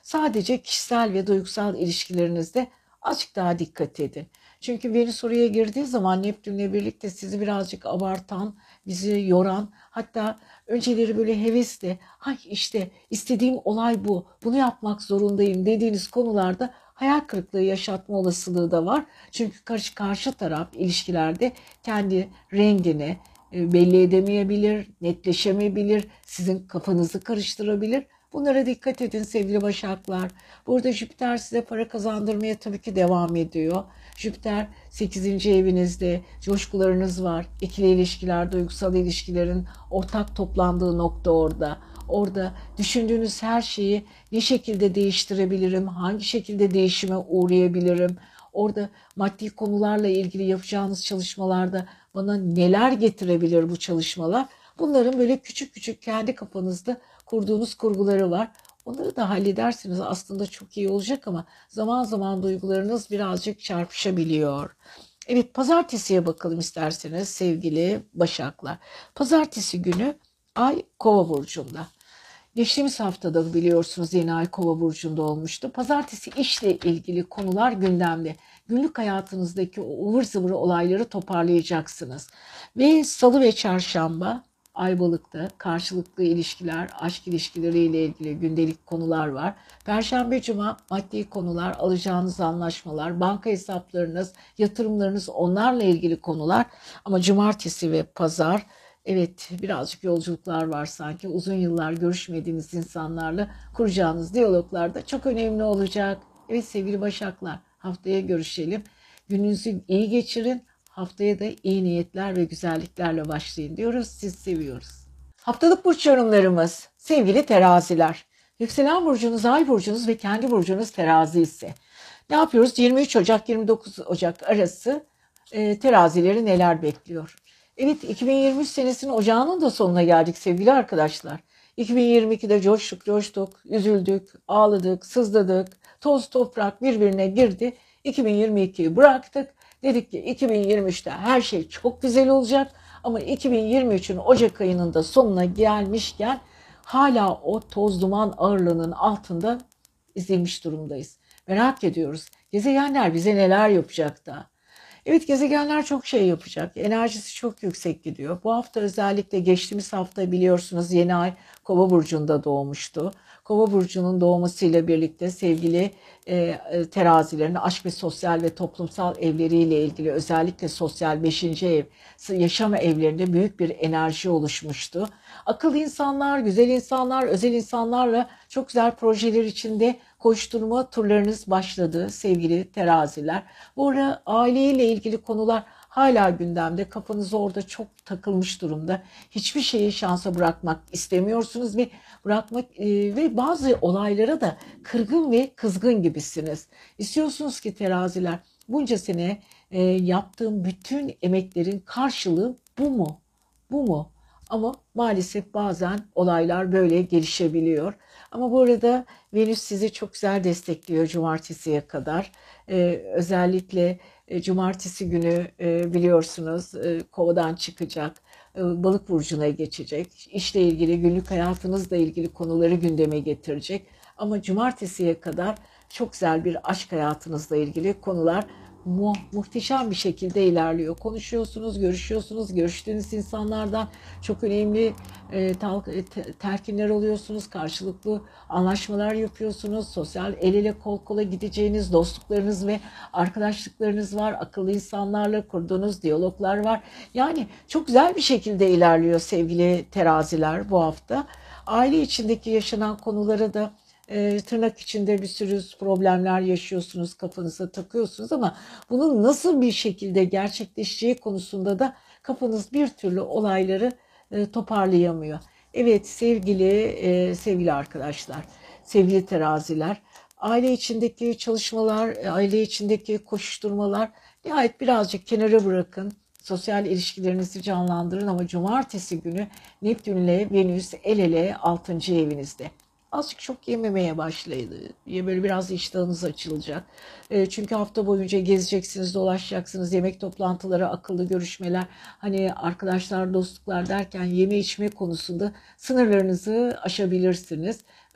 Sadece kişisel ve duygusal ilişkilerinizde azıcık daha dikkat edin. Çünkü Venüs oraya girdiği zaman Neptün'le birlikte sizi birazcık abartan, bizi yoran, hatta önceleri böyle hevesle, hay işte istediğim olay bu, bunu yapmak zorundayım dediğiniz konularda hayal kırıklığı yaşatma olasılığı da var. Çünkü karşı, karşı taraf ilişkilerde kendi rengini e, belli edemeyebilir, netleşemeyebilir, sizin kafanızı karıştırabilir. Bunlara dikkat edin sevgili Başaklar. Burada Jüpiter size para kazandırmaya tabii ki devam ediyor. Jüpiter sekizinci evinizde, coşkularınız var. İkili ilişkiler, duygusal ilişkilerin ortak toplandığı nokta orada. Orada düşündüğünüz her şeyi ne şekilde değiştirebilirim, hangi şekilde değişime uğrayabilirim? Orada maddi konularla ilgili yapacağınız çalışmalarda bana neler getirebilir bu çalışmalar? Bunların böyle küçük küçük kendi kafanızda kurduğunuz kurguları var. Onları da halledersiniz aslında çok iyi olacak ama zaman zaman duygularınız birazcık çarpışabiliyor. Evet, pazartesiye bakalım isterseniz sevgili Başaklar. Pazartesi günü Ay Kova burcunda. Geçtiğimiz haftada biliyorsunuz yeni ay Kova burcunda olmuştu. Pazartesi işle ilgili konular gündemde. Günlük hayatınızdaki o ıvır zıvır olayları toparlayacaksınız. Ve salı ve çarşamba Ay Balık'ta karşılıklı ilişkiler, aşk ilişkileriyle ilgili gündelik konular var. Perşembe, Cuma maddi konular, alacağınız anlaşmalar, banka hesaplarınız, yatırımlarınız onlarla ilgili konular. Ama Cumartesi ve Pazar evet birazcık yolculuklar var sanki. Uzun yıllar görüşmediğiniz insanlarla kuracağınız diyaloglar da çok önemli olacak. Evet sevgili Başaklar, haftaya görüşelim. Gününüzü iyi geçirin. Haftaya da iyi niyetler ve güzelliklerle başlayın diyoruz. Sizi seviyoruz. Haftalık burç yorumlarımız. Sevgili teraziler. Yükselen burcunuz, ay burcunuz ve kendi burcunuz terazi ise ne yapıyoruz? yirmi üç Ocak yirmi dokuz Ocak arası e, terazileri neler bekliyor? Evet, iki bin yirmi üç senesinin ocağının da sonuna geldik sevgili arkadaşlar. iki bin yirmi ikide coştuk, coştuk, üzüldük, ağladık, sızladık, toz toprak birbirine girdi. iki bin yirmi ikiyi bıraktık. Dedik ki iki bin yirmi üçte her şey çok güzel olacak ama iki bin yirmi üçün Ocak ayının da sonuna gelmişken hala o toz duman ağırlığının altında ezilmiş durumdayız. Merak ediyoruz. Gezegenler bize neler yapacak da? Evet, gezegenler çok şey yapacak. Enerjisi çok yüksek gidiyor. Bu hafta özellikle geçtiğimiz hafta biliyorsunuz yeni ay Kova burcunda doğmuştu. Kova burcunun doğmasıyla birlikte sevgili e, e, terazilerin aşk ve sosyal ve toplumsal evleriyle ilgili özellikle sosyal beşinci ev, yaşam evlerinde büyük bir enerji oluşmuştu. Akıllı insanlar, güzel insanlar, özel insanlarla çok güzel projeler içinde koşturma turlarınız başladı sevgili teraziler. Bu arada aileyle ilgili konular hala gündemde. Kafanız orada çok takılmış durumda. Hiçbir şeyi şansa bırakmak istemiyorsunuz ve bırakmak e, ve bazı olaylara da kırgın ve kızgın gibisiniz. İstiyorsunuz ki teraziler bunca sene e, yaptığım bütün emeklerin karşılığı bu mu? Bu mu? Ama maalesef bazen olaylar böyle gelişebiliyor. Ama bu arada Venüs sizi çok güzel destekliyor cumartesiye kadar. Ee, özellikle e, cumartesi günü e, biliyorsunuz e, kovadan çıkacak, e, balık burcuna geçecek. İşle ilgili, günlük hayatınızla ilgili konuları gündeme getirecek. Ama cumartesiye kadar çok güzel bir aşk hayatınızla ilgili konular mu muhteşem bir şekilde ilerliyor. Konuşuyorsunuz, görüşüyorsunuz, görüştüğünüz insanlardan çok önemli e, te telkinler alıyorsunuz, karşılıklı anlaşmalar yapıyorsunuz, sosyal el ele kol kola gideceğiniz dostluklarınız ve arkadaşlıklarınız var, akıllı insanlarla kurduğunuz diyaloglar var. Yani çok güzel bir şekilde ilerliyor sevgili teraziler bu hafta. Aile içindeki yaşanan konulara da e, tırnak içinde bir sürü problemler yaşıyorsunuz, kafanıza takıyorsunuz ama bunun nasıl bir şekilde gerçekleşeceği konusunda da kafanız bir türlü olayları e, toparlayamıyor. Evet sevgili e, sevgili arkadaşlar, sevgili teraziler, aile içindeki çalışmalar, aile içindeki koşuşturmalar nihayet birazcık kenara bırakın. Sosyal ilişkilerinizi canlandırın ama cumartesi günü Neptünle Venüs el ele altıncı evinizde. Azıcık çok yememeye başlayın. Böyle biraz iştahınız açılacak. E, çünkü hafta boyunca gezeceksiniz, dolaşacaksınız. Yemek toplantıları, akıllı görüşmeler, hani arkadaşlar, dostluklar derken yeme içme konusunda sınırlarınızı aşabilirsiniz.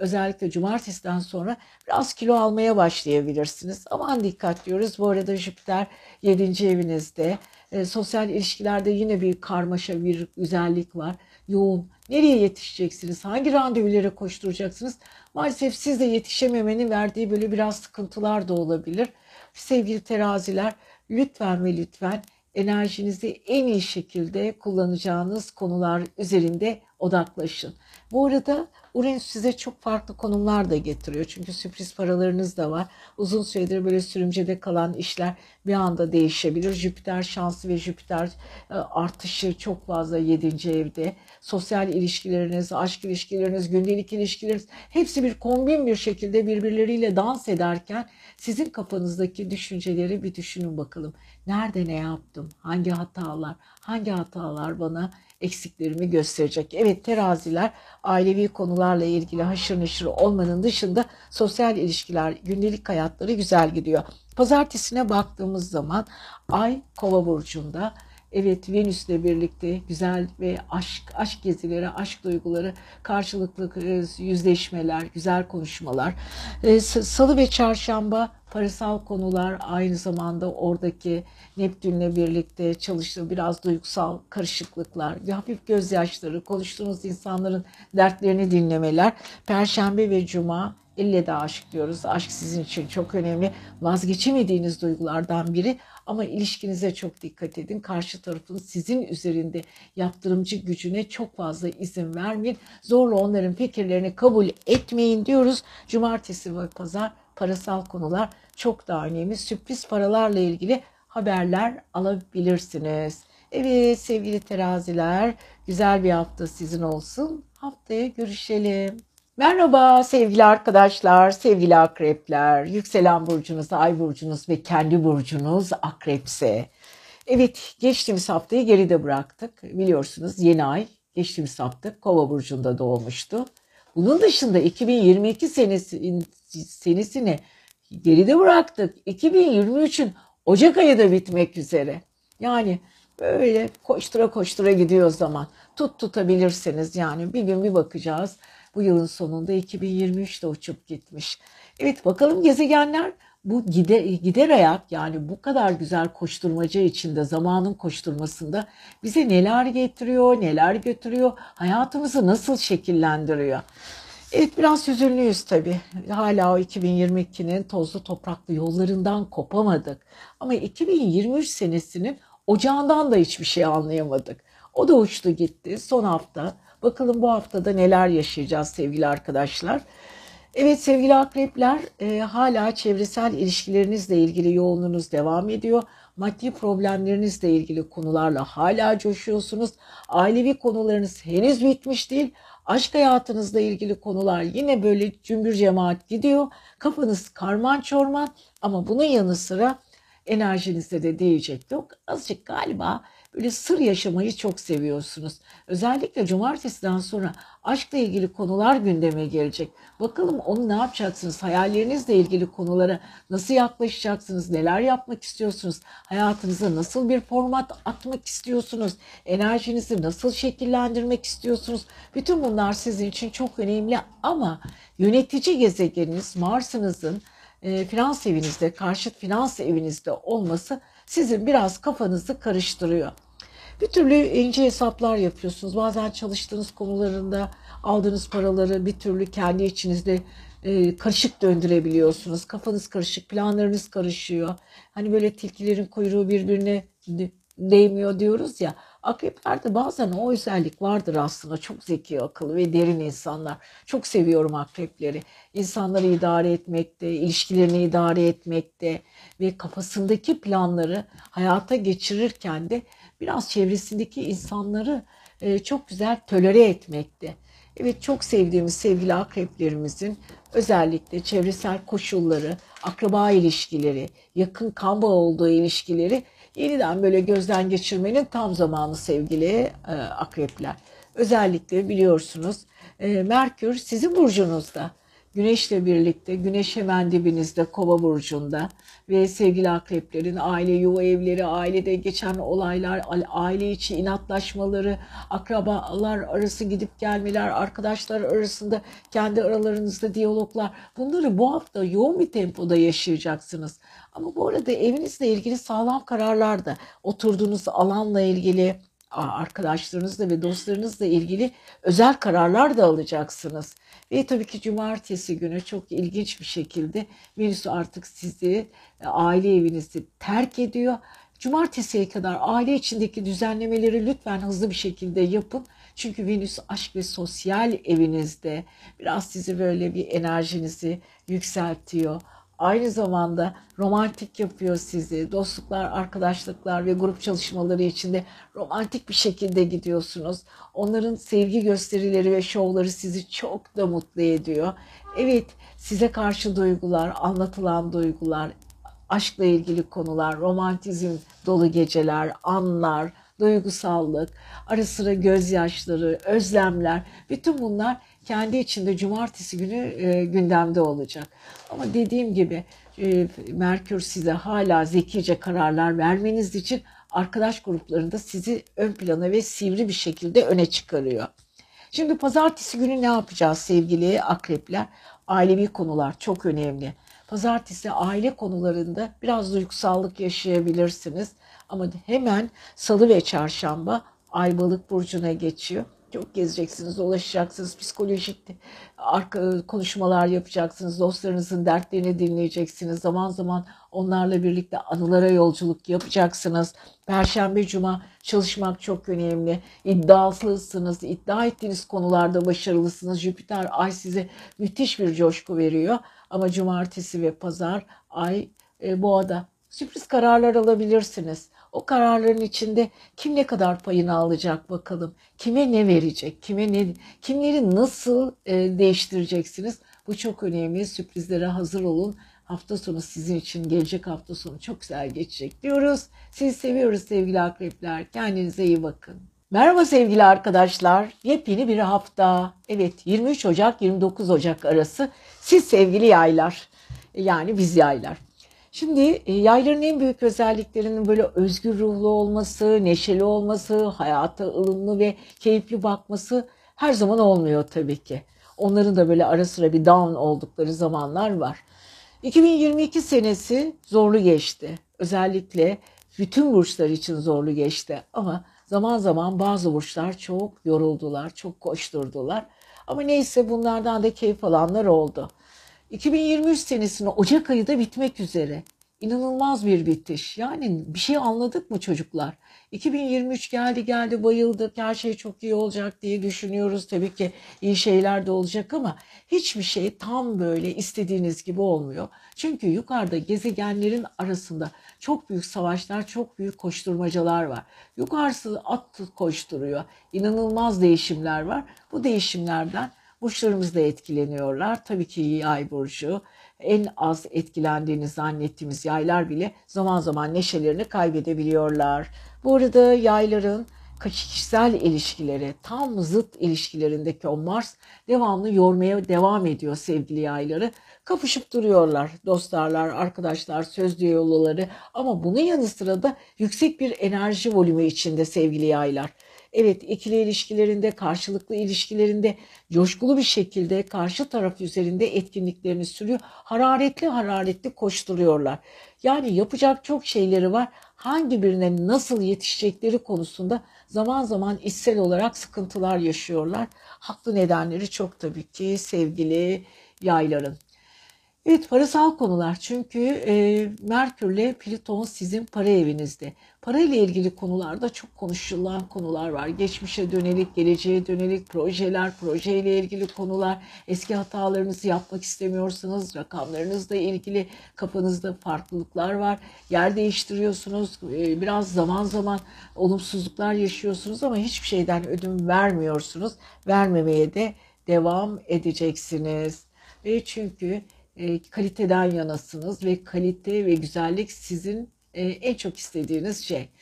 özellikle cumartesiden sonra biraz kilo almaya başlayabilirsiniz. Aman dikkat diyoruz. Bu arada Jüpiter yedinci evinizde. E, sosyal ilişkilerde yine bir karmaşa, bir güzellik var. Yoğun. Nereye yetişeceksiniz? Hangi randevulara koşturacaksınız? Maalesef siz de yetişememenin verdiği böyle biraz sıkıntılar da olabilir. Sevgili teraziler, lütfen ve lütfen enerjinizi en iyi şekilde kullanacağınız konular üzerinde odaklaşın. Bu arada Uranüs size çok farklı konumlar da getiriyor. Çünkü sürpriz paralarınız da var. Uzun süredir böyle sürümcede kalan işler bir anda değişebilir. Jüpiter şansı ve Jüpiter artışı çok fazla yedinci evde. Sosyal ilişkileriniz, aşk ilişkileriniz, gündelik ilişkileriniz hepsi bir kombin bir şekilde birbirleriyle dans ederken sizin kafanızdaki düşünceleri bir düşünün bakalım. Nerede ne yaptım? Hangi hatalar? Hangi hatalar bana eksiklerimi gösterecek? Evet, teraziler ailevi konularla ilgili haşır neşir olmanın dışında sosyal ilişkiler, gündelik hayatları güzel gidiyor. Pazartesine baktığımız zaman Ay Kova burcunda. Evet, Venüs'le birlikte güzel ve aşk, aşk gezileri, aşk duyguları, karşılıklı yüzleşmeler, güzel konuşmalar. Salı ve çarşamba parasal konular, aynı zamanda oradaki Neptün'le birlikte çalıştığı biraz duygusal karışıklıklar, bir hafif gözyaşları, konuştuğunuz insanların dertlerini dinlemeler. Perşembe ve cuma elle de aşk diyoruz. Aşk sizin için çok önemli. Vazgeçemediğiniz duygulardan biri ama ilişkinize çok dikkat edin. Karşı tarafın sizin üzerinde yaptırımcı gücüne çok fazla izin vermeyin. Zorla onların fikirlerini kabul etmeyin diyoruz. Cumartesi ve pazar parasal konular çok daha önemli. Sürpriz paralarla ilgili haberler alabilirsiniz. Evet sevgili teraziler, güzel bir hafta sizin olsun. Haftaya görüşelim. Merhaba sevgili arkadaşlar, sevgili akrepler, yükselen burcunuz, ay burcunuz ve kendi burcunuz akrepse. Evet, geçtiğimiz haftayı geride bıraktık. Biliyorsunuz yeni ay geçtiğimiz hafta Kova burcunda doğmuştu. Bunun dışında iki bin yirmi iki senesi, senesini geride bıraktık. iki bin yirmi üçün Ocak ayı da bitmek üzere. Yani böyle koştura koştura gidiyor zaman. Tut tutabilirseniz yani bir gün bir bakacağız. Bu yılın sonunda iki bin yirmi üç de uçup gitmiş. Evet bakalım gezegenler bu gider, gider ayak yani bu kadar güzel koşturmaca içinde zamanın koşturmasında bize neler getiriyor, neler götürüyor, hayatımızı nasıl şekillendiriyor. Evet biraz hüzünlüyüz tabii. Hala o iki bin yirmi ikinin tozlu topraklı yollarından kopamadık. Ama iki bin yirmi üç senesinin ocağından da hiçbir şey anlayamadık. O da uçtu gitti son hafta. Bakalım bu haftada neler yaşayacağız sevgili arkadaşlar. Evet sevgili akrepler, e, hala çevresel ilişkilerinizle ilgili yoğunluğunuz devam ediyor. Maddi problemlerinizle ilgili konularla hala coşuyorsunuz. Ailevi konularınız henüz bitmiş değil. Aşk hayatınızla ilgili konular yine böyle cümbür cemaat gidiyor. Kafanız karman çorman ama bunun yanı sıra enerjinizde de diyecek yok. Azıcık galiba böyle sır yaşamayı çok seviyorsunuz. Özellikle cumartesiden sonra aşkla ilgili konular gündeme gelecek. Bakalım onu ne yapacaksınız? Hayallerinizle ilgili konulara nasıl yaklaşacaksınız? Neler yapmak istiyorsunuz? Hayatınıza nasıl bir format atmak istiyorsunuz? Enerjinizi nasıl şekillendirmek istiyorsunuz? Bütün bunlar sizin için çok önemli ama yönetici gezegeniniz Mars'ınızın e, finans evinizde, karşıt finans evinizde olması sizin biraz kafanızı karıştırıyor. Bir türlü ince hesaplar yapıyorsunuz. Bazen çalıştığınız konularında aldığınız paraları bir türlü kendi içinizde e, karışık döndürebiliyorsunuz. Kafanız karışık, planlarınız karışıyor. Hani böyle tilkilerin kuyruğu birbirine değmiyor diyoruz ya. Akreplerde bazen o özellik vardır aslında. Çok zeki, akıllı ve derin insanlar. Çok seviyorum akrepleri. İnsanları idare etmekte, ilişkilerini idare etmekte ve kafasındaki planları hayata geçirirken de biraz çevresindeki insanları çok güzel tolere etmekte. Evet çok sevdiğimiz sevgili akreplerimizin özellikle çevresel koşulları, akraba ilişkileri, yakın kan bağı olduğu ilişkileri yeniden böyle gözden geçirmenin tam zamanı sevgili e, akrepler. Özellikle biliyorsunuz e, Merkür sizin burcunuzda. Güneş'le birlikte, Güneş hemen dibinizde Kova burcunda ve sevgili akreplerin aile, yuva evleri, ailede geçen olaylar, aile içi inatlaşmaları, akrabalar arası gidip gelmeler, arkadaşlar arasında kendi aralarınızda diyaloglar, bunları bu hafta yoğun bir tempoda yaşayacaksınız. Ama bu arada evinizle ilgili sağlam kararlar da, oturduğunuz alanla ilgili, arkadaşlarınızla ve dostlarınızla ilgili özel kararlar da alacaksınız. Ve tabii ki cumartesi günü çok ilginç bir şekilde Venüs artık sizi, aile evinizi terk ediyor. Cumartesiye kadar aile içindeki düzenlemeleri lütfen hızlı bir şekilde yapın. Çünkü Venüs aşk ve sosyal evinizde biraz sizi böyle bir enerjinizi yükseltiyor. Aynı zamanda romantik yapıyor sizi. Dostluklar, arkadaşlıklar ve grup çalışmaları içinde romantik bir şekilde gidiyorsunuz. Onların sevgi gösterileri ve şovları sizi çok da mutlu ediyor. Evet, size karşı duygular, anlatılan duygular, aşkla ilgili konular, romantizm dolu geceler, anlar, duygusallık, ara sıra gözyaşları, özlemler, bütün bunlar kendi içinde cumartesi günü e, gündemde olacak. Ama dediğim gibi e, Merkür size hala zekice kararlar vermeniz için arkadaş gruplarında sizi ön plana ve sivri bir şekilde öne çıkarıyor. Şimdi pazartesi günü ne yapacağız sevgili akrepler? Ailevi konular çok önemli. Pazartesi aile konularında biraz duygusallık yaşayabilirsiniz. Ama hemen salı ve çarşamba Ay Balık burcuna geçiyor. Çok gezeceksiniz, dolaşacaksınız, psikolojik konuşmalar yapacaksınız, dostlarınızın dertlerini dinleyeceksiniz. Zaman zaman onlarla birlikte anılara yolculuk yapacaksınız. Perşembe, cuma çalışmak çok önemli. İddialısınız, iddia ettiğiniz konularda başarılısınız. Jüpiter, Ay size müthiş bir coşku veriyor. Ama cumartesi ve pazar Ay e, boğada. Sürpriz kararlar alabilirsiniz. O kararların içinde kim ne kadar payını alacak bakalım. Kime ne verecek, kime ne, kimleri nasıl e, değiştireceksiniz. Bu çok önemli. Sürprizlere hazır olun. Hafta sonu sizin için, gelecek hafta sonu çok güzel geçecek diyoruz. Sizi seviyoruz sevgili akrepler. Kendinize iyi bakın. Merhaba sevgili arkadaşlar. Yepyeni bir hafta. Evet, yirmi üç Ocak yirmi dokuz Ocak arası. Siz sevgili yaylar. Yani biz yaylar. Şimdi yayların en büyük özelliklerinin böyle özgür ruhlu olması, neşeli olması, hayata ılımlı ve keyifli bakması her zaman olmuyor tabii ki. Onların da böyle ara sıra bir down oldukları zamanlar var. iki bin yirmi iki senesi zorlu geçti. Özellikle bütün burçlar için zorlu geçti. Ama zaman zaman bazı burçlar çok yoruldular, çok koşturdular. Ama neyse bunlardan da keyif alanlar oldu. iki bin yirmi üç senesinin Ocak ayı da bitmek üzere. İnanılmaz bir bitiş. Yani bir şey anladık mı çocuklar? iki bin yirmi üç geldi geldi bayıldık. Her şey çok iyi olacak diye düşünüyoruz. Tabii ki iyi şeyler de olacak ama hiçbir şey tam böyle istediğiniz gibi olmuyor. Çünkü yukarıda gezegenlerin arasında çok büyük savaşlar, çok büyük koşturmacalar var. Yukarısı at koşturuyor. İnanılmaz değişimler var. Bu değişimlerden burçlarımız da etkileniyorlar. Tabii ki Yay burcu, en az etkilendiğini zannettiğimiz yaylar bile zaman zaman neşelerini kaybedebiliyorlar. Bu arada yayların kişisel ilişkileri, tam zıt ilişkilerindeki o Mars devamlı yormaya devam ediyor sevgili yayları. Kapışıp duruyorlar dostlarlar, arkadaşlar, söz düelloları, ama bunun yanı sıra da yüksek bir enerji volümü içinde sevgili yaylar. Evet, ikili ilişkilerinde, karşılıklı ilişkilerinde coşkulu bir şekilde karşı taraf üzerinde etkinliklerini sürüyor. Hararetli hararetli koşturuyorlar. Yani yapacak çok şeyleri var. Hangi birine nasıl yetişecekleri konusunda zaman zaman içsel olarak sıkıntılar yaşıyorlar. Haklı nedenleri çok tabii ki sevgili yayların. Evet, parasal konular, çünkü e, Merkürle Plüton sizin para evinizde. Para ile ilgili konularda çok konuşulan konular var. Geçmişe dönelik, geleceğe dönelik projeler, projeyle ilgili konular, eski hatalarınızı yapmak istemiyorsanız, rakamlarınızla ilgili kafanızda farklılıklar var. Yer değiştiriyorsunuz, e, biraz zaman zaman olumsuzluklar yaşıyorsunuz ama hiçbir şeyden ödün vermiyorsunuz. Vermemeye de devam edeceksiniz. Ve çünkü E, kaliteden yanasınız ve kalite ve güzellik sizin e, en çok istediğiniz şey.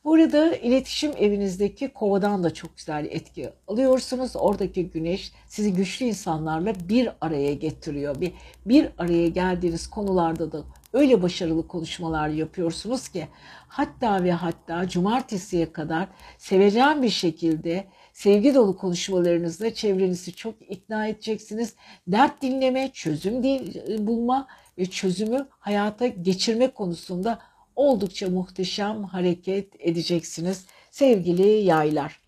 Bu arada iletişim evinizdeki kovadan da çok güzel etki alıyorsunuz. Oradaki güneş sizi güçlü insanlarla bir araya getiriyor. Bir, bir araya geldiğiniz konularda da öyle başarılı konuşmalar yapıyorsunuz ki hatta ve hatta cumartesiye kadar sevecen bir şekilde sevgi dolu konuşmalarınızla çevrenizi çok ikna edeceksiniz. Dert dinleme, çözüm bulma ve çözümü hayata geçirme konusunda oldukça muhteşem hareket edeceksiniz sevgili yaylar.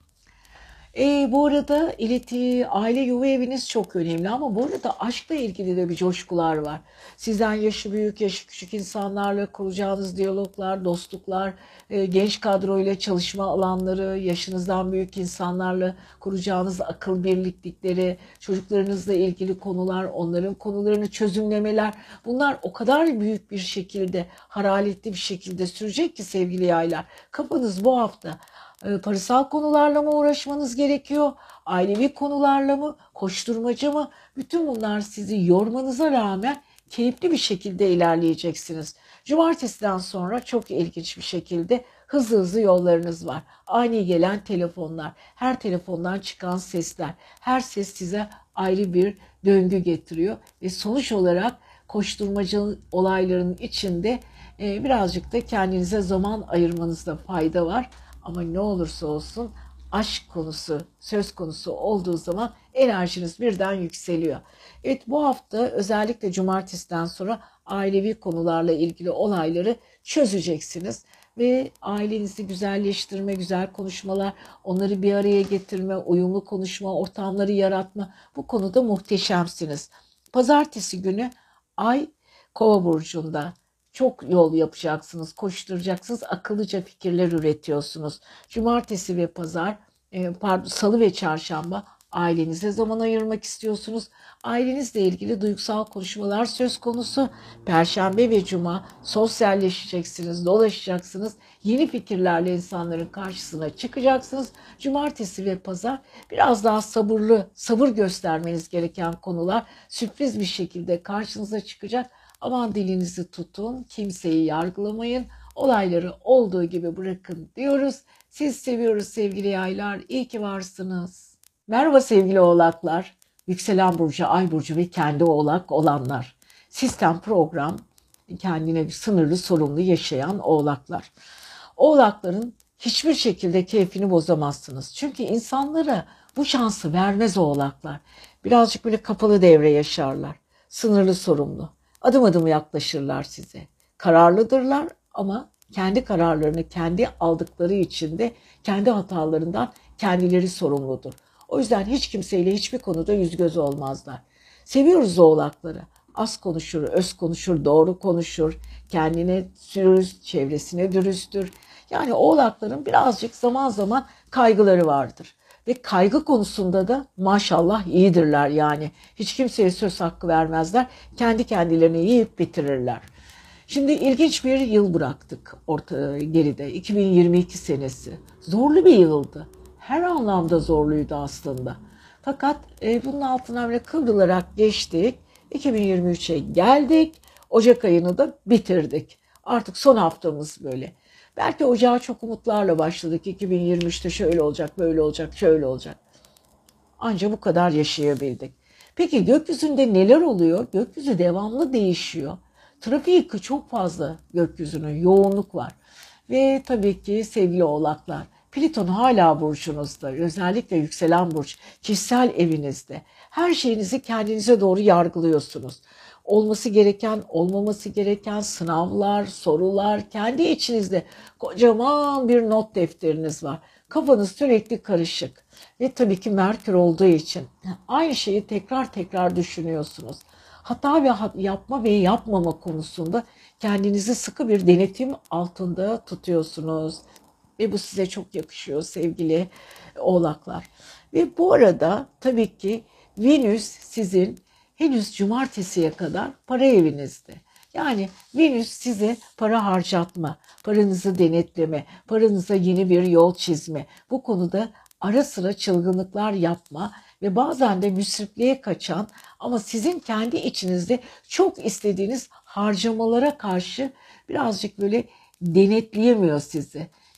E, bu arada ileti, aile yuva eviniz çok önemli ama bu arada aşkla ilgili de bir coşkular var. Sizden yaşı büyük, yaşı küçük insanlarla kuracağınız diyaloglar, dostluklar, e, genç kadroyla çalışma alanları, yaşınızdan büyük insanlarla kuracağınız akıl birliklikleri, çocuklarınızla ilgili konular, onların konularını çözümlemeler, bunlar o kadar büyük bir şekilde, hararetli bir şekilde sürecek ki sevgili yaylar. Kafanız bu hafta parasal konularla mı uğraşmanız gerekiyor? Ailevi konularla mı? Koşturmaca mı? Bütün bunlar sizi yormanıza rağmen keyifli bir şekilde ilerleyeceksiniz. Cumartesiden sonra çok ilginç bir şekilde hızlı hızlı yollarınız var. Ani gelen telefonlar, her telefondan çıkan sesler, her ses size ayrı bir döngü getiriyor. Ve sonuç olarak koşturmaca olayların içinde birazcık da kendinize zaman ayırmanızda fayda var. Ama ne olursa olsun aşk konusu söz konusu olduğu zaman enerjiniz birden yükseliyor. Evet, bu hafta özellikle cumartesiden sonra ailevi konularla ilgili olayları çözeceksiniz. Ve ailenizi güzelleştirme, güzel konuşmalar, onları bir araya getirme, uyumlu konuşma, ortamları yaratma, bu konuda muhteşemsiniz. Pazartesi günü Ay Kova burcunda. Çok yol yapacaksınız, koşturacaksınız, akıllıca fikirler üretiyorsunuz. Cumartesi ve pazar, pardon, salı ve çarşamba ailenize zaman ayırmak istiyorsunuz. Ailenizle ilgili duygusal konuşmalar söz konusu. Perşembe ve cuma sosyalleşeceksiniz, dolaşacaksınız. Yeni fikirlerle insanların karşısına çıkacaksınız. Cumartesi ve pazar biraz daha sabırlı, sabır göstermeniz gereken konular sürpriz bir şekilde karşınıza çıkacak. Aman dilinizi tutun, kimseyi yargılamayın, olayları olduğu gibi bırakın diyoruz. Siz seviyoruz sevgili yaylar, iyi ki varsınız. Merhaba sevgili oğlaklar, yükselen burcu, ay burcu ve kendi oğlak olanlar. Sistem program, kendine bir sınırlı sorumlu yaşayan oğlaklar. Oğlakların hiçbir şekilde keyfini bozamazsınız. Çünkü insanlara bu şansı vermez oğlaklar. Birazcık böyle kapalı devre yaşarlar, sınırlı sorumlu. Adım adım yaklaşırlar size. Kararlıdırlar ama kendi kararlarını kendi aldıkları için de kendi hatalarından kendileri sorumludur. O yüzden hiç kimseyle hiçbir konuda yüz göz olmazlar. Seviyoruz oğlakları. Az konuşur, öz konuşur, doğru konuşur. Kendine dürüst, çevresine dürüsttür. Yani oğlakların birazcık zaman zaman kaygıları vardır. Ve kaygı konusunda da maşallah iyidirler yani. Hiç kimseye söz hakkı vermezler. Kendi kendilerini yiyip bitirirler. Şimdi ilginç bir yıl bıraktık orta, geride. iki bin yirmi iki senesi. Zorlu bir yıldı. Her anlamda zorluydu aslında. Fakat e, bunun altına böyle kıvrılarak geçtik. iki bin yirmi üçe geldik. Ocak ayını da bitirdik. Artık son haftamız böyle. Belki ocağa çok umutlarla başladık. iki bin yirmi üçte şöyle olacak, böyle olacak, şöyle olacak. Ancak bu kadar yaşayabildik. Peki gökyüzünde neler oluyor? Gökyüzü devamlı değişiyor. Trafik çok fazla, gökyüzünün yoğunluk var. Ve tabii ki sevgili oğlaklar, Plüton hala burcunuzda, özellikle yükselen burç, kişisel evinizde. Her şeyinizi kendinize doğru yargılıyorsunuz. Olması gereken, olmaması gereken sınavlar, sorular, kendi içinizde kocaman bir not defteriniz var. Kafanız sürekli karışık ve tabii ki Merkür olduğu için aynı şeyi tekrar tekrar düşünüyorsunuz. Hata ve yapma ve yapmama konusunda kendinizi sıkı bir denetim altında tutuyorsunuz. Ve bu size çok yakışıyor sevgili oğlaklar. Ve bu arada tabii ki Venüs sizin henüz cumartesiye kadar para evinizde. Yani Venüs size para harcatma, paranızı denetleme, paranıza yeni bir yol çizme, bu konuda ara sıra çılgınlıklar yapma ve bazen de müsrifliğe kaçan ama sizin kendi içinizde çok istediğiniz harcamalara karşı birazcık böyle denetleyemiyor sizi.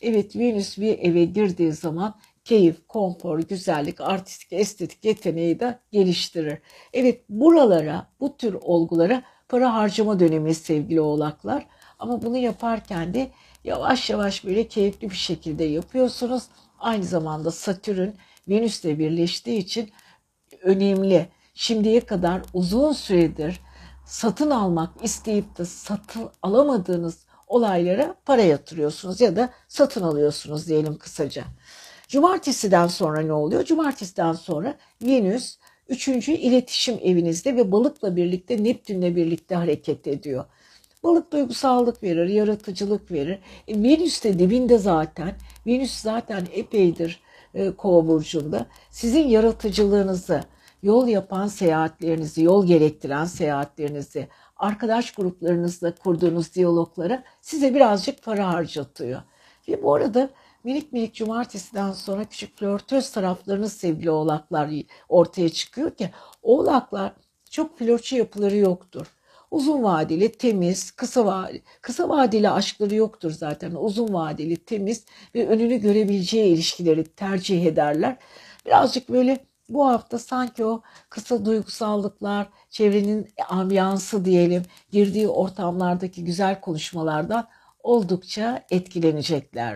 Evet, Venüs bir eve girdiği zaman keyif, konfor, güzellik, artistik, estetik yeteneği de geliştirir. Evet, buralara, bu tür olgulara para harcama dönemi sevgili oğlaklar. Ama bunu yaparken de yavaş yavaş böyle keyifli bir şekilde yapıyorsunuz. Aynı zamanda Satürn Venüs'le birleştiği için önemli. Şimdiye kadar uzun süredir satın almak isteyip de satın alamadığınız olaylara para yatırıyorsunuz ya da satın alıyorsunuz diyelim kısaca. Cumartesiden sonra ne oluyor? Cumartesiden sonra Venüs üçüncü iletişim evinizde ve balıkla birlikte Neptünle birlikte hareket ediyor. Balık duygusallık verir, yaratıcılık verir. E, Venüs de dibinde zaten. Venüs zaten epeydir e, Kova burcunda. Sizin yaratıcılığınızı, yol yapan seyahatlerinizi, yol gerektiren seyahatlerinizi, arkadaş gruplarınızla kurduğunuz diyaloglara size birazcık para harcatıyor. Ve bu arada minik minik cumartesiden sonra küçük flörtöz taraflarınız sevgili oğlaklar ortaya çıkıyor ki oğlaklar çok flörtçü yapıları yoktur. Uzun vadeli, temiz, kısa vadeli, kısa vadeli aşkları yoktur zaten. Uzun vadeli, temiz ve önünü görebileceği ilişkileri tercih ederler. Birazcık böyle bu hafta sanki o kısa duygusallıklar, çevrenin ambiyansı diyelim, girdiği ortamlardaki güzel konuşmalardan oldukça etkilenecekler.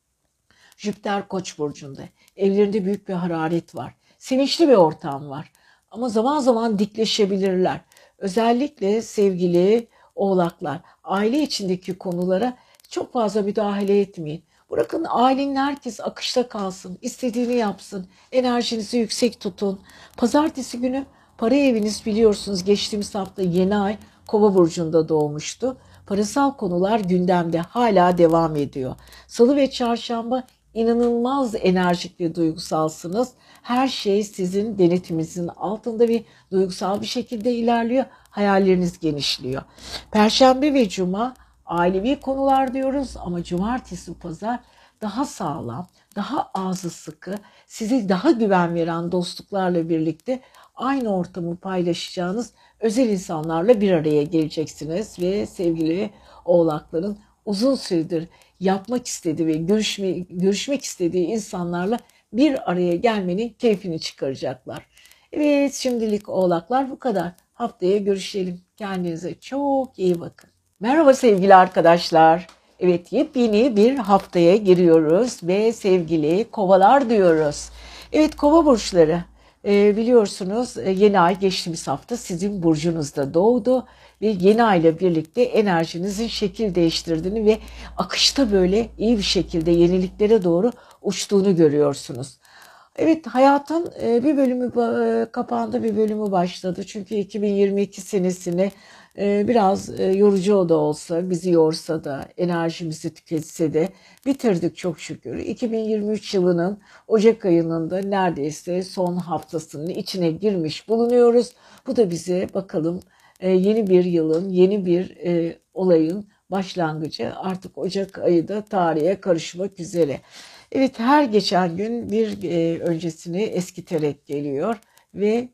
Jüpiter Koç burcunda. Evlerinde büyük bir hararet var. Sevinçli bir ortam var. Ama zaman zaman dikleşebilirler. Özellikle sevgili oğlaklar, aile içindeki konulara çok fazla müdahale etmeyin. Bırakın ailenin herkes akışta kalsın, istediğini yapsın, enerjinizi yüksek tutun. Pazartesi günü para eviniz biliyorsunuz geçtiğimiz hafta yeni ay Kova burcunda doğmuştu. Parasal konular gündemde hala devam ediyor. Salı ve çarşamba inanılmaz enerjik ve duygusalsınız. Her şey sizin denetiminizin altında ve duygusal bir şekilde ilerliyor. Hayalleriniz genişliyor. Perşembe ve cuma ailevi konular diyoruz ama cumartesi, pazar daha sağlam, daha ağzı sıkı, size daha güven veren dostluklarla birlikte aynı ortamı paylaşacağınız özel insanlarla bir araya geleceksiniz ve sevgili oğlakların uzun süredir yapmak istediği ve görüşme, görüşmek istediği insanlarla bir araya gelmenin keyfini çıkaracaklar. Evet, şimdilik oğlaklar bu kadar. Haftaya görüşelim. Kendinize çok iyi bakın. Merhaba sevgili arkadaşlar. Evet, yepyeni bir haftaya giriyoruz ve sevgili kovalar diyoruz. Evet, kova burçları. E, biliyorsunuz yeni ay geçtiğimiz hafta sizin burcunuzda doğdu ve yeni ayla birlikte enerjinizin şekil değiştirdiğini ve akışta böyle iyi bir şekilde yeniliklere doğru uçtuğunu görüyorsunuz. Evet, hayatın bir bölümü kapandı, bir bölümü başladı. Çünkü iki bin yirmi iki senesini biraz yorucu da olsa, bizi yorsa da, enerjimizi tüketse de bitirdik çok şükür. iki bin yirmi üç yılının Ocak ayının da neredeyse son haftasının içine girmiş bulunuyoruz. Bu da bize bakalım yeni bir yılın, yeni bir olayın başlangıcı. Artık Ocak ayı da tarihe karışmak üzere. Evet, her geçen gün bir e, öncesini eskiterek geliyor ve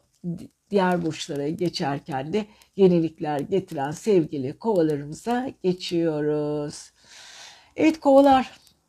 diğer burçlara geçerken de yenilikler getiren sevgili kovalarımıza geçiyoruz. Evet kovalar,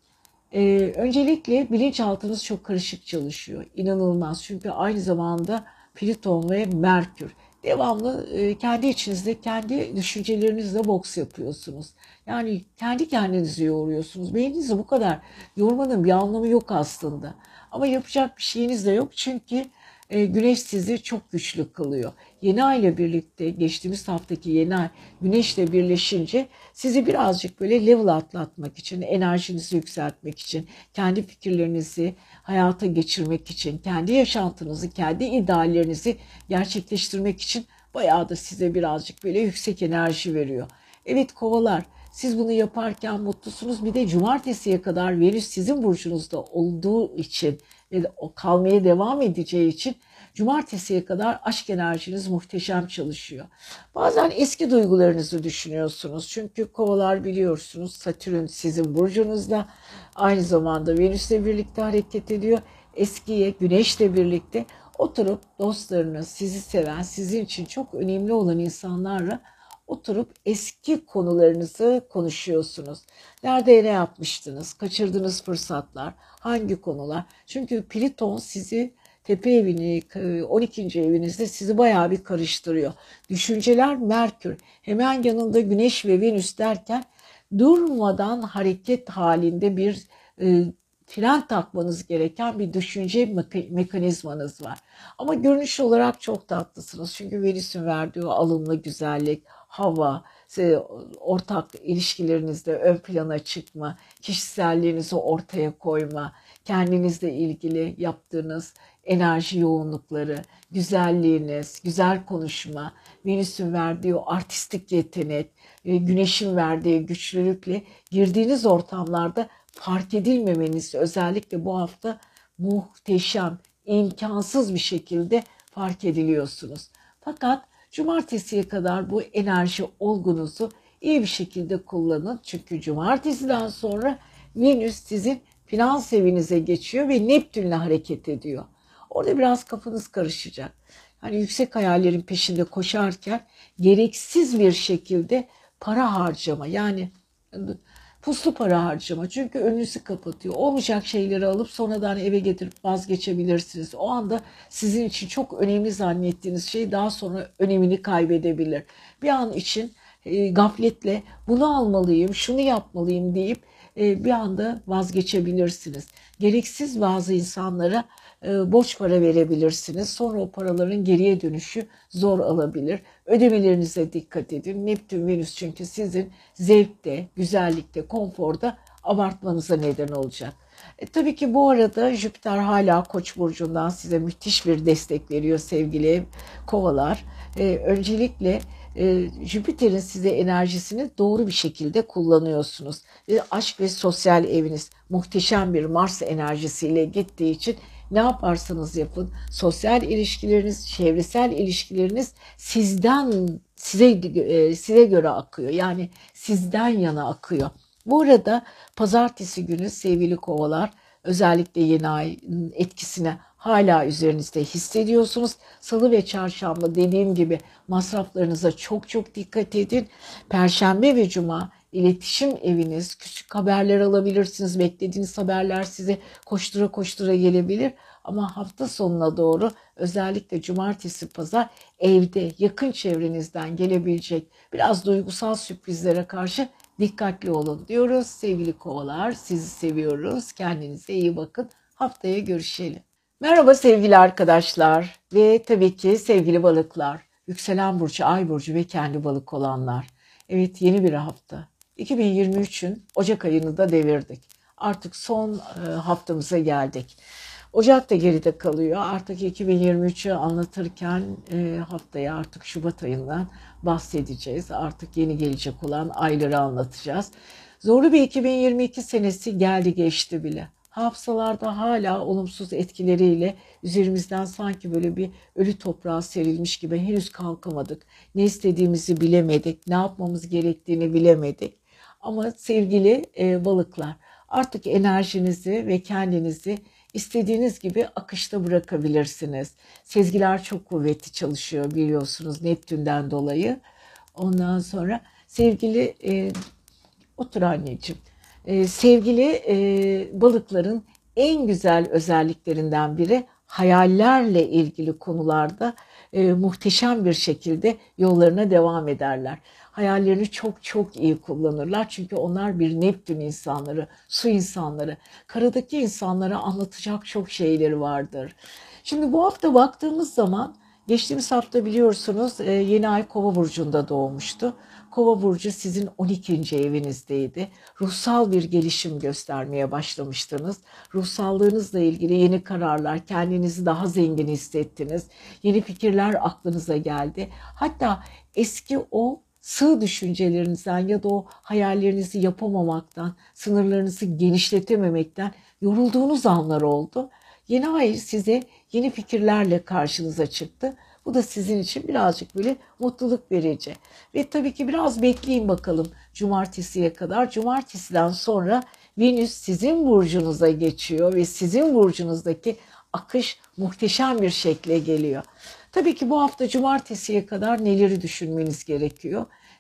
e, öncelikle bilinçaltınız çok karışık çalışıyor. İnanılmaz, çünkü aynı zamanda Plüton ve Merkür. Devamlı e, kendi içinizde, kendi düşüncelerinizle boks yapıyorsunuz. Yani kendi kendinizi yoruyorsunuz. Beyninizi bu kadar yormanın bir anlamı yok aslında. Ama yapacak bir şeyiniz de yok, çünkü e, Güneş sizi çok güçlü kılıyor. Yeni ay ile birlikte, geçtiğimiz haftaki yeni ay Güneşle birleşince sizi birazcık böyle level atlatmak için, enerjinizi yükseltmek için, kendi fikirlerinizi hayata geçirmek için, kendi yaşantınızı, kendi ideallerinizi gerçekleştirmek için bayağı da size birazcık böyle yüksek enerji veriyor. Evet kovalar, siz bunu yaparken mutlusunuz. Bir de cumartesiye kadar Venüs sizin burcunuzda olduğu için ve o kalmaya devam edeceği için cumartesiye kadar aşk enerjiniz muhteşem çalışıyor. Bazen eski duygularınızı düşünüyorsunuz. Çünkü kovalar biliyorsunuz Satürn sizin burcunuzda, aynı zamanda Venüs'le birlikte hareket ediyor. Eskiye Güneş'le birlikte oturup dostlarınız, sizi seven, sizin için çok önemli olan insanlarla Oturup eski konularınızı konuşuyorsunuz. Nerede ne yapmıştınız? Kaçırdığınız fırsatlar, hangi konular? Çünkü Plüton sizi tepe evini, on ikinci evinizde sizi bayağı bir karıştırıyor. Düşünceler Merkür, hemen yanında Güneş ve Venüs derken durmadan hareket halinde bir e, fren takmanız gereken bir düşünce mekanizmanız var. Ama görünüş olarak çok tatlısınız. Çünkü Venüs'ün verdiği o alımlı güzellik, hava, ortak ilişkilerinizde ön plana çıkma, kişiselliğinizi ortaya koyma, kendinizle ilgili yaptığınız enerji yoğunlukları, güzelliğiniz, güzel konuşma, Venüs'ün verdiği o artistik yetenek, Güneş'in verdiği güçlülükle girdiğiniz ortamlarda fark edilmemeniz özellikle bu hafta muhteşem, imkansız bir şekilde fark ediliyorsunuz. Fakat cumartesiye kadar bu enerji olgunuzu iyi bir şekilde kullanın. Çünkü cumartesiden sonra Venüs sizin finans evinize geçiyor ve Neptün'le hareket ediyor. Orada biraz kafanız karışacak. Hani yüksek hayallerin peşinde koşarken gereksiz bir şekilde para harcama, yani puslu para harcama, çünkü önünüzü kapatıyor. Olmayacak şeyleri alıp sonradan eve getirip vazgeçebilirsiniz. O anda sizin için çok önemli zannettiğiniz şey daha sonra önemini kaybedebilir. Bir an için e, gafletle bunu almalıyım, şunu yapmalıyım deyip e, bir anda vazgeçebilirsiniz. Gereksiz bazı insanlara e, borç para verebilirsiniz. Sonra o paraların geriye dönüşü zor alabilir. Ödemelerinize dikkat edin. Neptün, Venüs çünkü sizin zevkte, güzellikte, konforda abartmanıza neden olacak. E, tabii ki bu arada Jüpiter hala Koç burcundan size müthiş bir destek veriyor sevgili kovalar. E, öncelikle e, Jüpiter'in size enerjisini doğru bir şekilde kullanıyorsunuz. E, aşk ve sosyal eviniz muhteşem bir Mars enerjisiyle gittiği için ne yaparsanız yapın, sosyal ilişkileriniz, çevresel ilişkileriniz sizden size e, size göre akıyor. Yani sizden yana akıyor. Bu arada pazartesi günü sevgili kovalar, özellikle yeni ayın etkisine hala üzerinizde hissediyorsunuz. Salı ve çarşamba dediğim gibi masraflarınıza çok çok dikkat edin. Perşembe ve cuma iletişim eviniz, küçük haberler alabilirsiniz. Beklediğiniz haberler size koştura koştura gelebilir. Ama hafta sonuna doğru özellikle cumartesi, pazar evde yakın çevrenizden gelebilecek biraz duygusal sürprizlere karşı dikkatli olun diyoruz. Sevgili kovalar, sizi seviyoruz. Kendinize iyi bakın. Haftaya görüşelim. Merhaba sevgili arkadaşlar ve tabii ki sevgili balıklar, yükselen burcu, ay burcu ve kendi balık olanlar. Evet, yeni bir hafta. iki bin yirmi üçün Ocak ayını da devirdik. Artık son haftamıza geldik. Ocak da geride kalıyor. Artık iki bin yirmi üçü anlatırken e, haftaya artık Şubat ayından bahsedeceğiz. Artık yeni gelecek olan ayları anlatacağız. Zorlu bir iki bin yirmi iki senesi geldi geçti bile. Hafızalarda hala olumsuz etkileriyle üzerimizden sanki böyle bir ölü toprağa serilmiş gibi henüz kalkamadık. Ne istediğimizi bilemedik, ne yapmamız gerektiğini bilemedik. Ama sevgili e, balıklar, artık enerjinizi ve kendinizi İstediğiniz gibi akışta bırakabilirsiniz. Sezgiler çok kuvvetli çalışıyor biliyorsunuz Neptün'den dolayı. Ondan sonra sevgili e, otur anneciğim. E, sevgili e, balıkların en güzel özelliklerinden biri hayallerle ilgili konularda e, muhteşem bir şekilde yollarına devam ederler. Hayallerini çok çok iyi kullanırlar. Çünkü onlar bir Neptün insanları, su insanları. Karadaki insanlara anlatacak çok şeyleri vardır. Şimdi bu hafta baktığımız zaman, geçtiğimiz hafta biliyorsunuz yeni ay Kova burcunda doğmuştu. Kova burcu sizin on ikinci evinizdeydi. Ruhsal bir gelişim göstermeye başlamıştınız. Ruhsallığınızla ilgili yeni kararlar, kendinizi daha zengin hissettiniz. Yeni fikirler aklınıza geldi. Hatta eski o sığ düşüncelerinizden ya da o hayallerinizi yapamamaktan, sınırlarınızı genişletememekten yorulduğunuz anlar oldu. Yeni ay size yeni fikirlerle karşınıza çıktı. Bu da sizin için birazcık böyle mutluluk verici. Ve tabii ki biraz bekleyin bakalım cumartesiye kadar. Cumartesiden sonra Venüs sizin burcunuza geçiyor ve sizin burcunuzdaki akış muhteşem bir şekle geliyor. Tabii ki bu hafta cumartesiye kadar neleri düşünmeniz gerekiyor?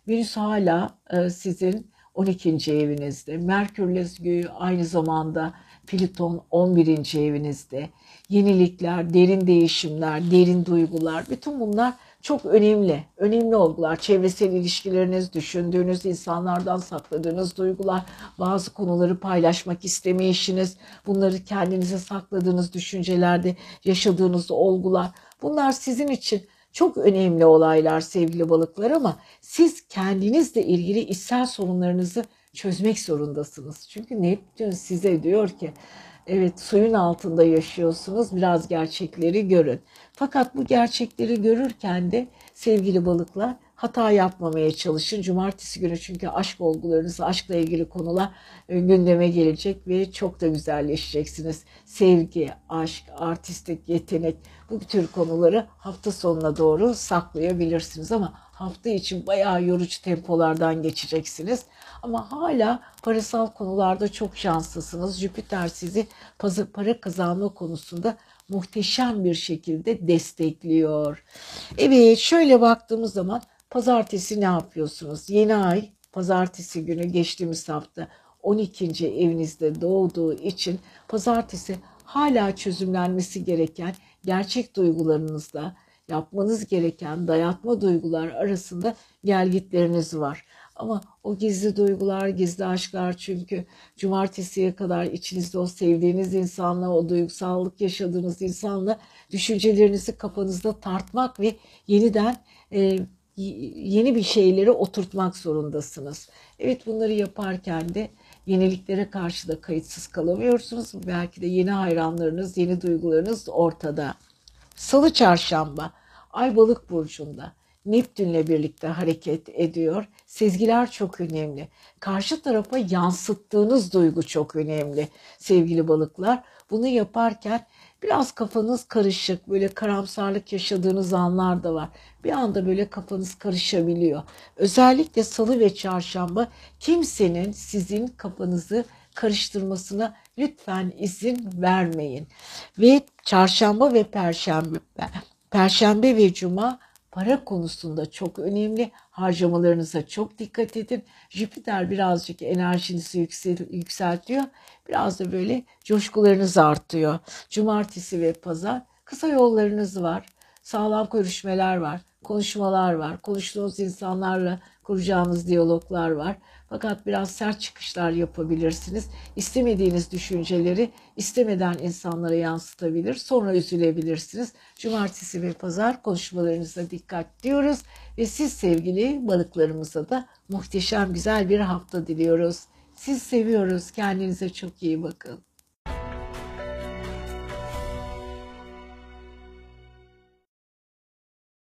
Venüs hala e, sizin on ikinci evinizde. Merkürle aynı zamanda Plüton on birinci evinizde. Yenilikler, derin değişimler, derin duygular, bütün bunlar çok önemli. Önemli olgular. Çevresel ilişkileriniz, düşündüğünüz insanlardan sakladığınız duygular, bazı konuları paylaşmak istemeyişiniz, bunları kendinize sakladığınız düşüncelerde yaşadığınız olgular. Bunlar sizin için çok önemli olaylar sevgili balıklar, ama siz kendinizle ilgili içsel sorunlarınızı çözmek zorundasınız. Çünkü Neptün size diyor ki, evet, suyun altında yaşıyorsunuz, biraz gerçekleri görün. Fakat bu gerçekleri görürken de sevgili balıklar hata yapmamaya çalışın. Cumartesi günü çünkü aşk olgularınız, aşkla ilgili konular gündeme gelecek ve çok da güzelleşeceksiniz. Sevgi, aşk, artistik yetenek, bu tür konuları hafta sonuna doğru saklayabilirsiniz, ama hafta için bayağı yorucu tempolardan geçeceksiniz. Ama hala parasal konularda çok şanslısınız. Jüpiter sizi para kazanma konusunda muhteşem bir şekilde destekliyor. Evet, şöyle baktığımız zaman pazartesi ne yapıyorsunuz? Yeni ay pazartesi günü, geçtiğimiz hafta on ikinci evinizde doğduğu için pazartesi hala çözümlenmesi gereken gerçek duygularınızda, yapmanız gereken dayatma duygular arasında gelgitleriniz var. Ama o gizli duygular, gizli aşklar, çünkü cumartesiye kadar içinizde o sevdiğiniz insanla, o duygusallık yaşadığınız insanla düşüncelerinizi kafanızda tartmak ve yeniden e, yeni bir şeyleri oturtmak zorundasınız. Evet, bunları yaparken de yeniliklere karşı da kayıtsız kalamıyorsunuz. Belki de yeni hayranlarınız, yeni duygularınız ortada. Salı, çarşamba, Ay Balık burcunda. Neptünle birlikte hareket ediyor. Sezgiler çok önemli. Karşı tarafa yansıttığınız duygu çok önemli sevgili balıklar. Bunu yaparken biraz kafanız karışık, böyle karamsarlık yaşadığınız anlar da var. Bir anda böyle kafanız karışabiliyor. Özellikle salı ve çarşamba kimsenin sizin kafanızı karıştırmasına lütfen izin vermeyin. Ve çarşamba ve perşembe, perşembe ve cuma para konusunda çok önemli. Harcamalarınıza çok dikkat edin. Jüpiter birazcık enerjinizi yüksel, yükseltiyor. Biraz da böyle coşkularınız artıyor. Cumartesi ve pazar kısa yollarınız var. Sağlam görüşmeler var. Konuşmalar var. Konuştuğunuz insanlarla kuracağınız diyaloglar var. Fakat biraz sert çıkışlar yapabilirsiniz. İstemediğiniz düşünceleri istemeden insanlara yansıtabilir. Sonra üzülebilirsiniz. Cumartesi ve pazar konuşmalarınıza dikkat diyoruz. Ve siz sevgili balıklarımıza da muhteşem güzel bir hafta diliyoruz. Siz seviyoruz. Kendinize çok iyi bakın.